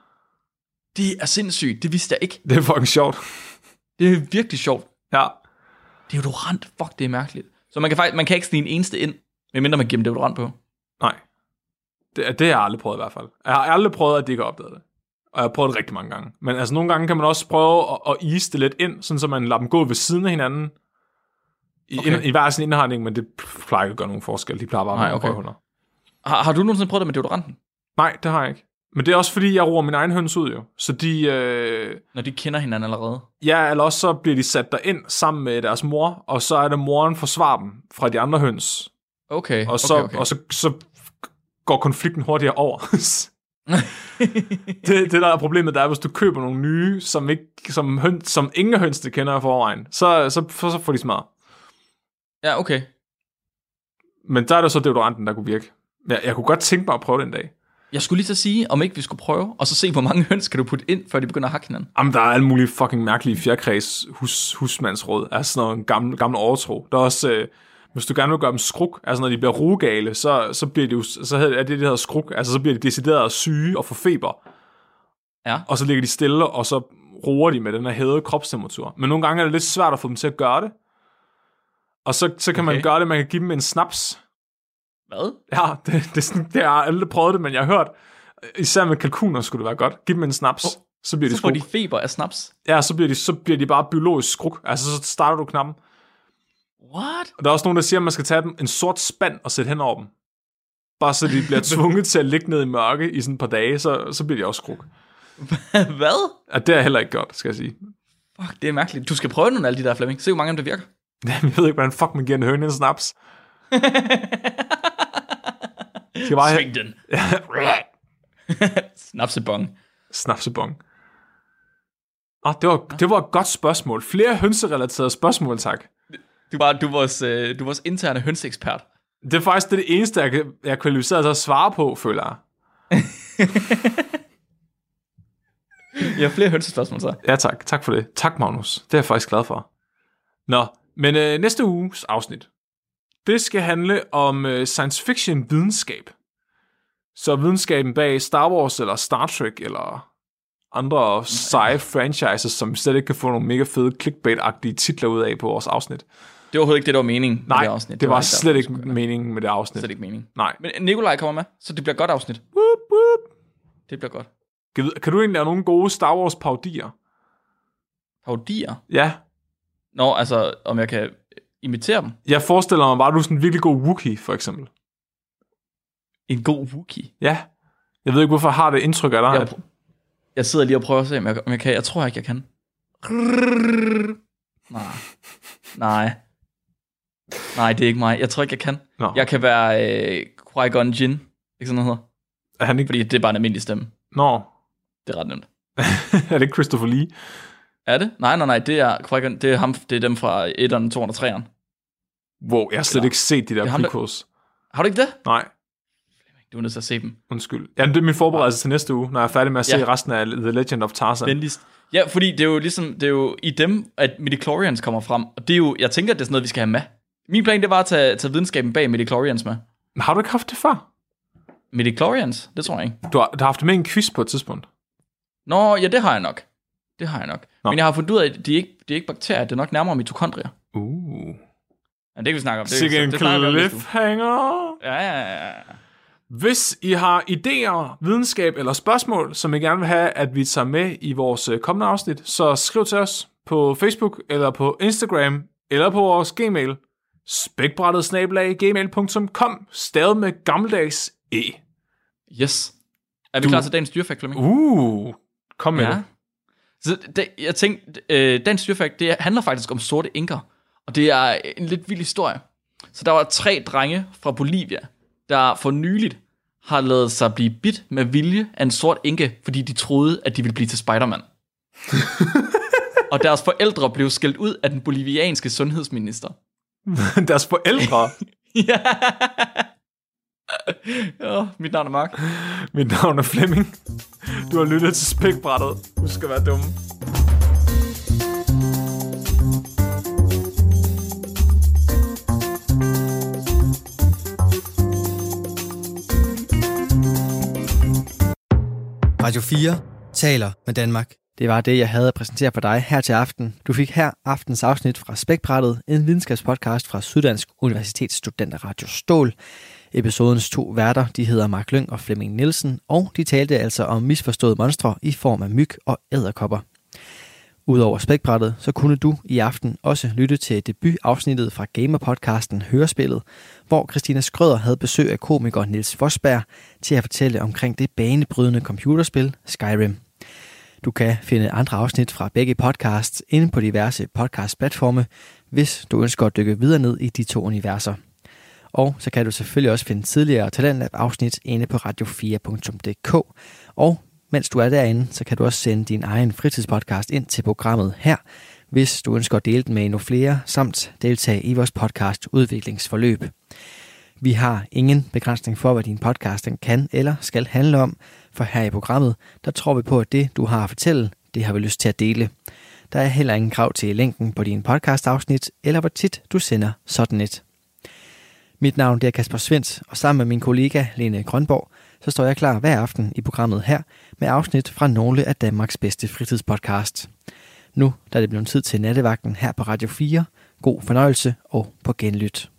[SPEAKER 3] Det er sindssygt. Det vidste jeg ikke.
[SPEAKER 2] Det er fucking sjovt.
[SPEAKER 3] Det er virkelig sjovt.
[SPEAKER 2] Ja.
[SPEAKER 3] Deodorant, fuck, det er mærkeligt. Så man kan faktisk, man kan ikke snige en eneste ind, medmindre man giver dem deodorant på.
[SPEAKER 2] Nej. Det, det har jeg aldrig prøvet i hvert fald. Jeg har aldrig prøvet, at de ikke har opdaget det. Og jeg har prøvet det rigtig mange gange. Men altså nogle gange kan man også prøve at, at ise det lidt ind, sådan så man lader dem gå ved siden af hinanden. I, okay. ind, i hver sin indhegning, men det plejer ikke at gøre nogen forskel. De plejer bare
[SPEAKER 3] Nej,
[SPEAKER 2] at
[SPEAKER 3] okay.
[SPEAKER 2] prøve
[SPEAKER 3] har, har du nogensinde prøvet det med deodoranten?
[SPEAKER 2] Nej, det har jeg ikke. Men det er også fordi, jeg roer min egen høns ud jo. Så de... Øh...
[SPEAKER 3] Når de kender hinanden allerede?
[SPEAKER 2] Ja, eller også så bliver de sat derind sammen med deres mor, og så er det moren forsvarer dem fra de andre høns.
[SPEAKER 3] Okay,
[SPEAKER 2] og så,
[SPEAKER 3] okay, okay.
[SPEAKER 2] Og så, så går konflikten hurtigere over. det, det der er problemet, der er, hvis du køber nogle nye, som, ikke, som, høns, som ingen høns det kender i forvejen, så, så, så, så får de smadret.
[SPEAKER 3] Ja, okay.
[SPEAKER 2] Men der er det så deodoranten, der kunne virke. Jeg, jeg kunne godt tænke mig at prøve det en dag.
[SPEAKER 3] Jeg skulle lige så sige, om ikke vi skulle prøve, og så se, hvor mange høns kan du putte ind, før de begynder at hakke hinanden.
[SPEAKER 2] Jamen, der er alle mulige fucking mærkelige fjerkreds hus, husmandsråd. Altså sådan noget gammel, gammel overtro. Der er også... Øh, Hvis du gerne vil gøre dem skruk, altså når de bliver rugale, så, så bliver de jo, så er det det, der hedder skruk, altså så bliver de decideret syge og får feber.
[SPEAKER 3] Ja.
[SPEAKER 2] Og så ligger de stille, og så roer de med den her hævede kropstemperatur. Men nogle gange er det lidt svært at få dem til at gøre det. Og så, så kan okay. man gøre det, man kan give dem en snaps.
[SPEAKER 3] Hvad?
[SPEAKER 2] Ja, det, det, det, det har jeg aldrig prøvet det, men jeg har hørt, især med kalkuner skulle det være godt. Giv dem en snaps, oh, så bliver de
[SPEAKER 3] så
[SPEAKER 2] skruk.
[SPEAKER 3] Så får de feber af snaps?
[SPEAKER 2] Ja, så bliver de, så bliver de bare biologisk skruk. Altså, så starter du knappen.
[SPEAKER 3] What?
[SPEAKER 2] Og der er også nogen, der siger, at man skal tage dem en sort spand og sætte hen over dem. Bare så de bliver tvunget til at ligge ned i mørke i sådan et par dage, så, så bliver de også skruk.
[SPEAKER 3] Hvad?
[SPEAKER 2] Ja, det er heller ikke godt, skal jeg sige.
[SPEAKER 3] Fuck, det er mærkeligt. Du skal prøve nogle af alle de der, Flemming. Se, hvor mange af dem, det virker.
[SPEAKER 2] Jeg ved ikke, hvordan fuck man giver en høne en snaps. Skal bare
[SPEAKER 3] Sving den. Snapsebong.
[SPEAKER 2] Snapsebong. Ah, det, var, det var et godt spørgsmål. Flere hønserelaterede spørgsmål, tak.
[SPEAKER 3] Du var, du er vores, øh, du er vores interne hønseekspert.
[SPEAKER 2] Det er faktisk det, det eneste, jeg, kan, jeg er kvalificeret til at svare på, føler jeg.
[SPEAKER 3] Jeg har flere hønsespørgsmål, så.
[SPEAKER 2] Ja, tak. Tak for det. Tak, Magnus. Det er jeg faktisk glad for. Nå, men øh, næste uges afsnit, det skal handle om øh, science fiction videnskab. Så videnskaben bag Star Wars, eller Star Trek, eller andre seje franchises, som vi slet ikke kan få nogle mega fede clickbait-agtige titler ud af på vores afsnit.
[SPEAKER 3] Det var overhovedet ikke det, der var meningen
[SPEAKER 2] Nej,
[SPEAKER 3] med det afsnit.
[SPEAKER 2] det,
[SPEAKER 3] det
[SPEAKER 2] var,
[SPEAKER 3] var
[SPEAKER 2] slet
[SPEAKER 3] ikke
[SPEAKER 2] ikke meningen med det afsnit.
[SPEAKER 3] Slet ikke meningen.
[SPEAKER 2] Nej.
[SPEAKER 3] Men Nikolaj kommer med, så det bliver et godt afsnit.
[SPEAKER 2] Woop, woop.
[SPEAKER 3] Det bliver godt.
[SPEAKER 2] Kan, kan du egentlig lave nogle gode Star Wars parodier?
[SPEAKER 3] Parodier?
[SPEAKER 2] Ja.
[SPEAKER 3] Nå, altså, om jeg kan imitere dem?
[SPEAKER 2] Jeg forestiller mig bare, at du er sådan en virkelig god Wookiee, for eksempel.
[SPEAKER 3] En god Wookiee?
[SPEAKER 2] Ja. Jeg ved ikke, hvorfor jeg har det indtryk af dig.
[SPEAKER 3] Jeg, pr- jeg sidder lige og prøver at se, om jeg, om jeg kan. Jeg tror ikke, jeg kan. Nej. Nej. Nej, det er ikke mig. Jeg tror ikke, jeg kan.
[SPEAKER 2] Nå.
[SPEAKER 3] Jeg kan være øh, Qui-Gon Jinn. Ikke sådan noget?
[SPEAKER 2] Er han ikke?
[SPEAKER 3] Fordi det er bare en almindelig stemme.
[SPEAKER 2] Nå.
[SPEAKER 3] Det er ret nemt.
[SPEAKER 2] Er det ikke Christopher Lee?
[SPEAKER 3] Er det? Nej, nej, nej. Det er Qui-Gon. Det er ham. Det er dem fra etteren, toeren og treeren.
[SPEAKER 2] Wow, jeg har slet
[SPEAKER 3] Eller,
[SPEAKER 2] ikke set de der
[SPEAKER 3] ham,
[SPEAKER 2] prequels.
[SPEAKER 3] Der... Har du ikke det?
[SPEAKER 2] Nej.
[SPEAKER 3] Du er nødt til at se dem.
[SPEAKER 2] Undskyld. Ja, det er min forberedelse til næste uge, når jeg er færdig med at se
[SPEAKER 3] Ja.
[SPEAKER 2] resten af The Legend of Tarzan.
[SPEAKER 3] Venligst. Ja, fordi det er jo ligesom, det er jo i dem, at midichlorians kommer frem. Og det er jo, jeg tænker, at det er sådan noget, vi skal have med. Min plan, det var at tage, tage videnskaben bag midichlorians med.
[SPEAKER 2] Men har du ikke haft det før?
[SPEAKER 3] Midichlorians? Det tror jeg ikke.
[SPEAKER 2] Du har, du har haft det med i en quiz på et tidspunkt.
[SPEAKER 3] Nå, ja, det har jeg nok. Det har jeg nok.
[SPEAKER 2] Nå.
[SPEAKER 3] Men jeg har fundet ud af, at de er ikke, de er ikke bakterier, det er nok nærmere mitokondrier.
[SPEAKER 2] Uh.
[SPEAKER 3] Ja, det kan vi snakke om. Det,
[SPEAKER 2] Sikke
[SPEAKER 3] det,
[SPEAKER 2] en
[SPEAKER 3] det snakker vi om næste uge.
[SPEAKER 2] cliffhanger.
[SPEAKER 3] Ja, ja, ja.
[SPEAKER 2] Hvis I har idéer, videnskab eller spørgsmål, som I gerne vil have, at vi tager med i vores kommende afsnit, så skriv til os på Facebook eller på Instagram eller på vores gmail. spækbrættet snabel-a gmail punktum com, stavet med gammeldags e.
[SPEAKER 3] Yes. Er vi
[SPEAKER 2] Du-
[SPEAKER 3] klar til dagens dyrefakt, Flemming?
[SPEAKER 2] Uh, kom med
[SPEAKER 3] Ja.
[SPEAKER 2] det.
[SPEAKER 3] Så det, jeg tænkte, øh, dagens dyrefakt, det handler faktisk om sorte inker. Og det er en lidt vild historie. Så der var tre drenge fra Bolivia, der for nyligt har lavet sig blive bidt med vilje af en sort inke, fordi de troede, at de ville blive til Spider-Man. Og deres forældre blev skældt ud af den bolivianske sundhedsminister.
[SPEAKER 2] Deres forældre.
[SPEAKER 3] Ja. Oh, mit navn er Mark.
[SPEAKER 2] Mit navn er Flemming. Du har lyttet til Spækbrættet. Du skal være dumme.
[SPEAKER 1] Radio fire taler med Danmark. Det var det, jeg havde at præsentere for dig her til aften. Du fik her aftens afsnit fra Spækbrættet, en videnskabspodcast fra Syddansk Universitets Studenterradio Stål. Episodens to værter, de hedder Mark Lyng og Flemming Nielsen, og de talte altså om misforståede monstre i form af myg og edderkopper. Udover Spækbrættet, så kunne du i aften også lytte til debutafsnittet fra gamer-podcasten Hørespillet, hvor Christina Skrøder havde besøg af komiker Niels Forsberg til at fortælle omkring det banebrydende computerspil Skyrim. Du kan finde andre afsnit fra begge podcasts inde på diverse podcast-platforme, hvis du ønsker at dykke videre ned i de to universer. Og så kan du selvfølgelig også finde tidligere Talentlab-afsnit inde på radio fire punktum d k. Og mens du er derinde, så kan du også sende din egen fritidspodcast ind til programmet her, hvis du ønsker at dele den med endnu flere, samt deltage i vores podcast udviklingsforløb. Vi har ingen begrænsning for, hvad din podcast den kan eller skal handle om, for her i programmet, der tror vi på, at det, du har at fortælle, det har vi lyst til at dele. Der er heller ingen krav til længden på din podcast-afsnit, eller hvor tit du sender sådan et. Mit navn det er Kasper Svens, og sammen med min kollega Lene Grønborg, så står jeg klar hver aften i programmet her med afsnit fra nogle af Danmarks bedste fritidspodcast. Nu der er det blevet tid til nattevagten her på Radio fire. God fornøjelse og på genlyt.